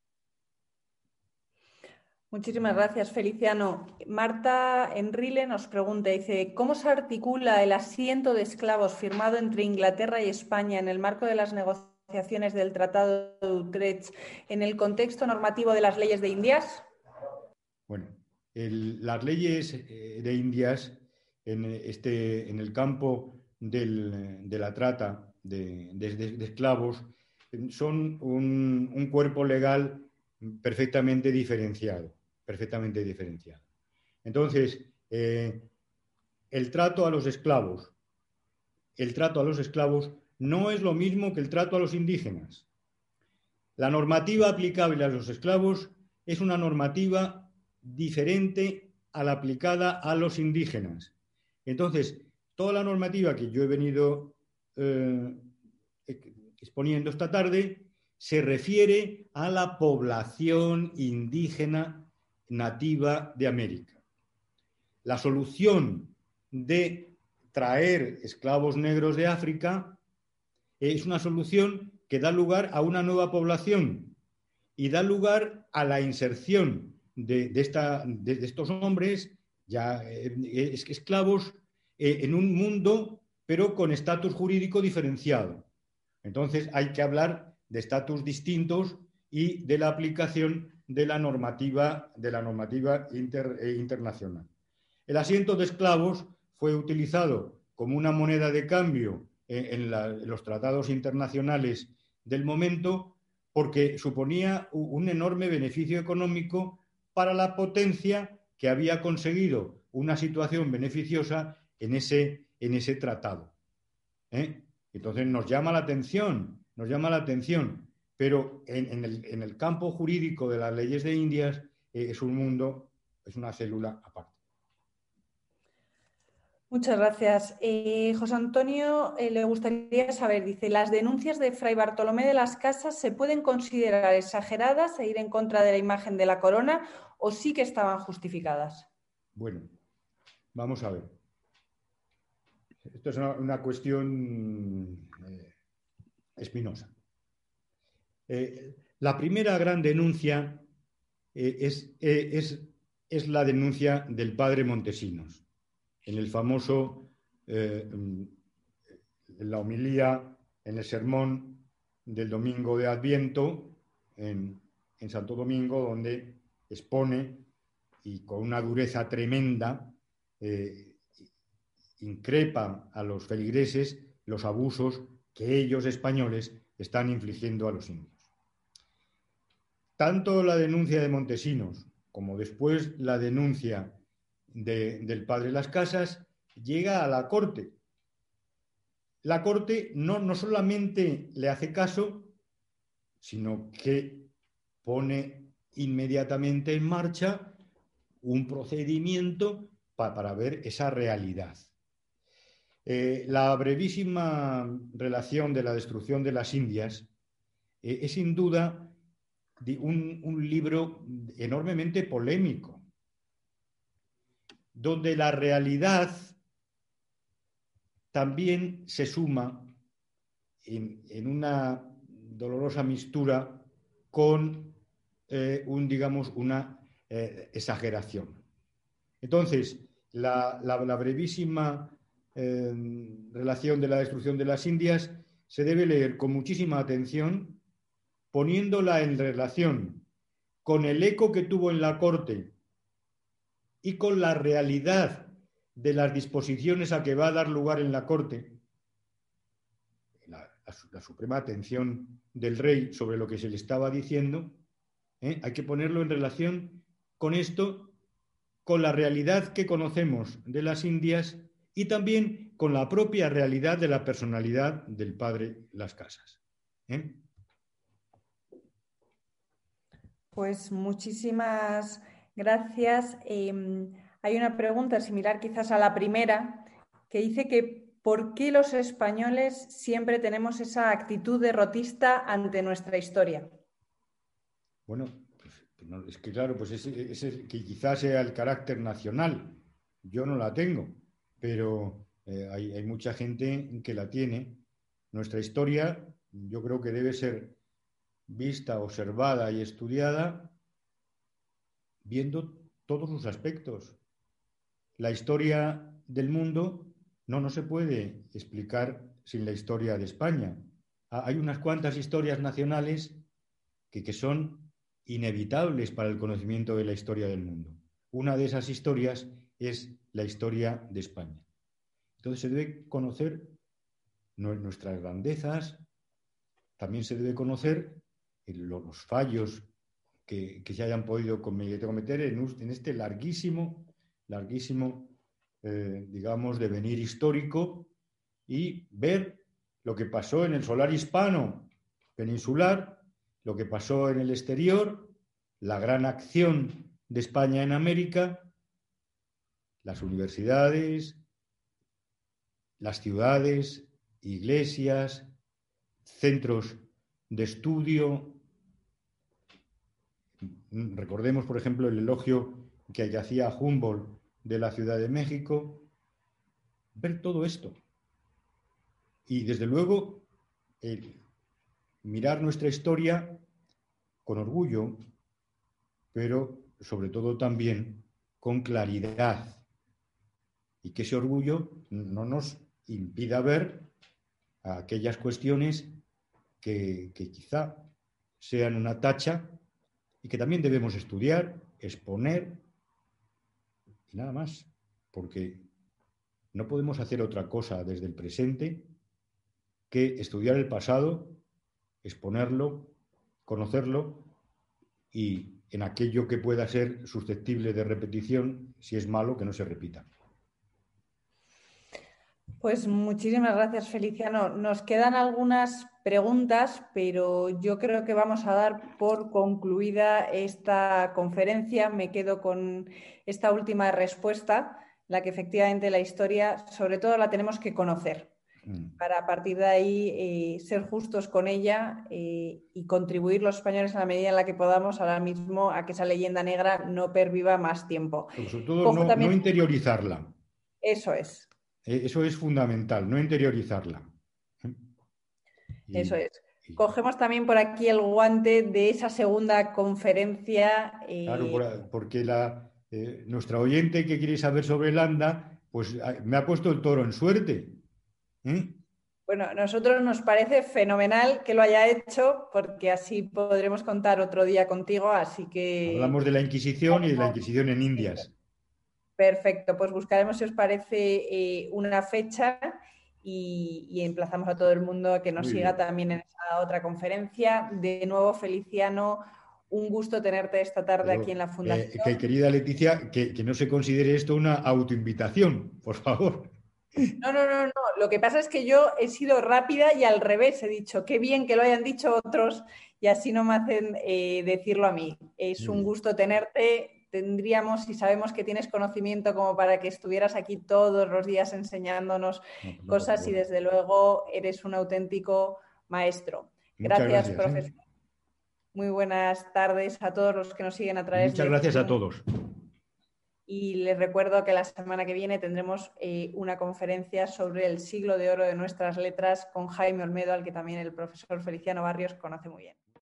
Muchísimas gracias, Feliciano. Marta Enrile nos pregunta, dice, ¿cómo se articula el asiento de esclavos firmado entre Inglaterra y España en el marco de las negociaciones del Tratado de Utrecht en el contexto normativo de las leyes de Indias?
Bueno, el, las leyes de Indias en, este, en el campo del, de la trata de, de, de esclavos son un, un cuerpo legal perfectamente diferenciado, perfectamente diferenciado. Entonces, eh, el trato a los esclavos, el trato a los esclavos no es lo mismo que el trato a los indígenas. La normativa aplicable a los esclavos es una normativa diferente a la aplicada a los indígenas. Entonces, toda la normativa que yo he venido eh, exponiendo esta tarde se refiere a la población indígena nativa de América. La solución de traer esclavos negros de África es una solución que da lugar a una nueva población y da lugar a la inserción de, de, esta, de, de estos hombres ya eh, esclavos eh, en un mundo, pero con estatus jurídico diferenciado. Entonces hay que hablar de estatus distintos y de la aplicación de la normativa, de la normativa inter, eh, internacional. El asiento de esclavos fue utilizado como una moneda de cambio en, en, la, en los tratados internacionales del momento porque suponía un enorme beneficio económico para la potencia que había conseguido una situación beneficiosa en ese, en ese tratado. ¿Eh? Entonces nos llama la atención, nos llama la atención, pero en, en, el, en el campo jurídico de las leyes de Indias eh, es un mundo, es una célula aparte.
Muchas gracias. Eh, José Antonio eh, le gustaría saber, dice, ¿las denuncias de Fray Bartolomé de las Casas se pueden considerar exageradas e ir en contra de la imagen de la corona o sí que estaban justificadas?
Bueno, vamos a ver. Esto es una, una cuestión eh, espinosa. Eh, la primera gran denuncia eh, es, eh, es, es la denuncia del padre Montesinos, en el famoso, eh, en la homilía, en el sermón del domingo de Adviento, en, en Santo Domingo, donde expone, y con una dureza tremenda, eh, increpa a los feligreses los abusos que ellos, españoles, están infligiendo a los indios. Tanto la denuncia de Montesinos como después la denuncia de, del padre Las Casas llega a la corte. La corte no, no solamente le hace caso, sino que pone inmediatamente en marcha un procedimiento pa, para ver esa realidad. Eh, la brevísima relación de la destrucción de las Indias eh, es sin duda de un, un libro enormemente polémico, donde la realidad también se suma en, en una dolorosa mistura con eh, un, digamos, una eh, exageración. Entonces, la, la, la brevísima eh, relación de la destrucción de las Indias se debe leer con muchísima atención, poniéndola en relación con el eco que tuvo en la corte y con la realidad de las disposiciones a que va a dar lugar en la corte, la, la, la suprema atención del rey sobre lo que se le estaba diciendo, ¿eh? Hay que ponerlo en relación con esto, con la realidad que conocemos de las Indias y también con la propia realidad de la personalidad del padre Las Casas. ¿Eh?
Pues muchísimas gracias. Eh, hay una pregunta similar quizás a la primera que dice que ¿por qué los españoles siempre tenemos esa actitud derrotista ante nuestra historia?
Bueno, pues, no, es que claro, pues ese, ese, que quizás sea el carácter nacional Yo no la tengo, pero eh, hay, hay mucha gente que la tiene. Nuestra historia, yo creo que debe ser vista, observada y estudiada viendo todos sus aspectos. La historia del mundo no, no se puede explicar sin la historia de España. Hay unas cuantas historias nacionales que, que son inevitables para el conocimiento de la historia del mundo. Una de esas historias es la historia de España. Entonces se debe conocer nuestras grandezas, también se debe conocer los fallos que, que se hayan podido cometer en, en este larguísimo, larguísimo, eh, digamos, devenir histórico, y ver lo que pasó en el solar hispano peninsular, lo que pasó en el exterior, la gran acción de España en América, las universidades, las ciudades, iglesias, centros de estudio. Recordemos, por ejemplo, el elogio que hacía Humboldt de la Ciudad de México. Ver todo esto. Y, desde luego, eh, mirar nuestra historia con orgullo, pero sobre todo también con claridad. Y que ese orgullo no nos impida ver aquellas cuestiones que, que quizá sean una tacha y que también debemos estudiar, exponer y nada más, porque no podemos hacer otra cosa desde el presente que estudiar el pasado, exponerlo, conocerlo, y en aquello que pueda ser susceptible de repetición, si es malo, que no se repita.
Pues muchísimas gracias, Feliciano. Nos quedan algunas preguntas, pero yo creo que vamos a dar por concluida esta conferencia. Me quedo con esta última respuesta, la que efectivamente la historia, sobre todo, la tenemos que conocer, mm. para a partir de ahí eh, ser justos con ella eh, y contribuir los españoles en la medida en la que podamos ahora mismo a que esa leyenda negra no perviva más tiempo.
Pero sobre todo no, también... no interiorizarla.
Eso es.
Eso es fundamental, no interiorizarla.
Y, Eso es. Y... Cogemos también por aquí el guante de esa segunda conferencia. Eh...
Claro, por, porque la, eh, nuestra oyente que quiere saber sobre Landa, pues me ha puesto el toro en suerte. ¿Eh?
Bueno, a nosotros nos parece fenomenal que lo haya hecho, porque así podremos contar otro día contigo, así que...
Hablamos de la Inquisición y de la Inquisición en Indias.
Perfecto, pues buscaremos, si os parece, eh, una fecha y, y emplazamos a todo el mundo a que nos Muy siga bien. También en esa otra conferencia. De nuevo, Feliciano, un gusto tenerte esta tarde Pero, aquí en la Fundación.
Eh, que, querida Leticia, que, que no se considere esto una autoinvitación, por favor.
No, no, no, no. Lo que pasa es que yo he sido rápida y al revés he dicho, qué bien que lo hayan dicho otros y así no me hacen eh, decirlo a mí. Es un gusto tenerte. Tendríamos, y sabemos que tienes conocimiento como para que estuvieras aquí todos los días enseñándonos no, no, cosas no, y desde luego eres un auténtico maestro. Gracias, gracias, profesor. ¿eh? Muy buenas tardes a todos los que nos siguen a través
Muchas de... gracias a todos.
Y les recuerdo que la semana que viene tendremos eh, una conferencia sobre el siglo de oro de nuestras letras con Jaime Olmedo, al que también el profesor Feliciano Barrios conoce muy bien.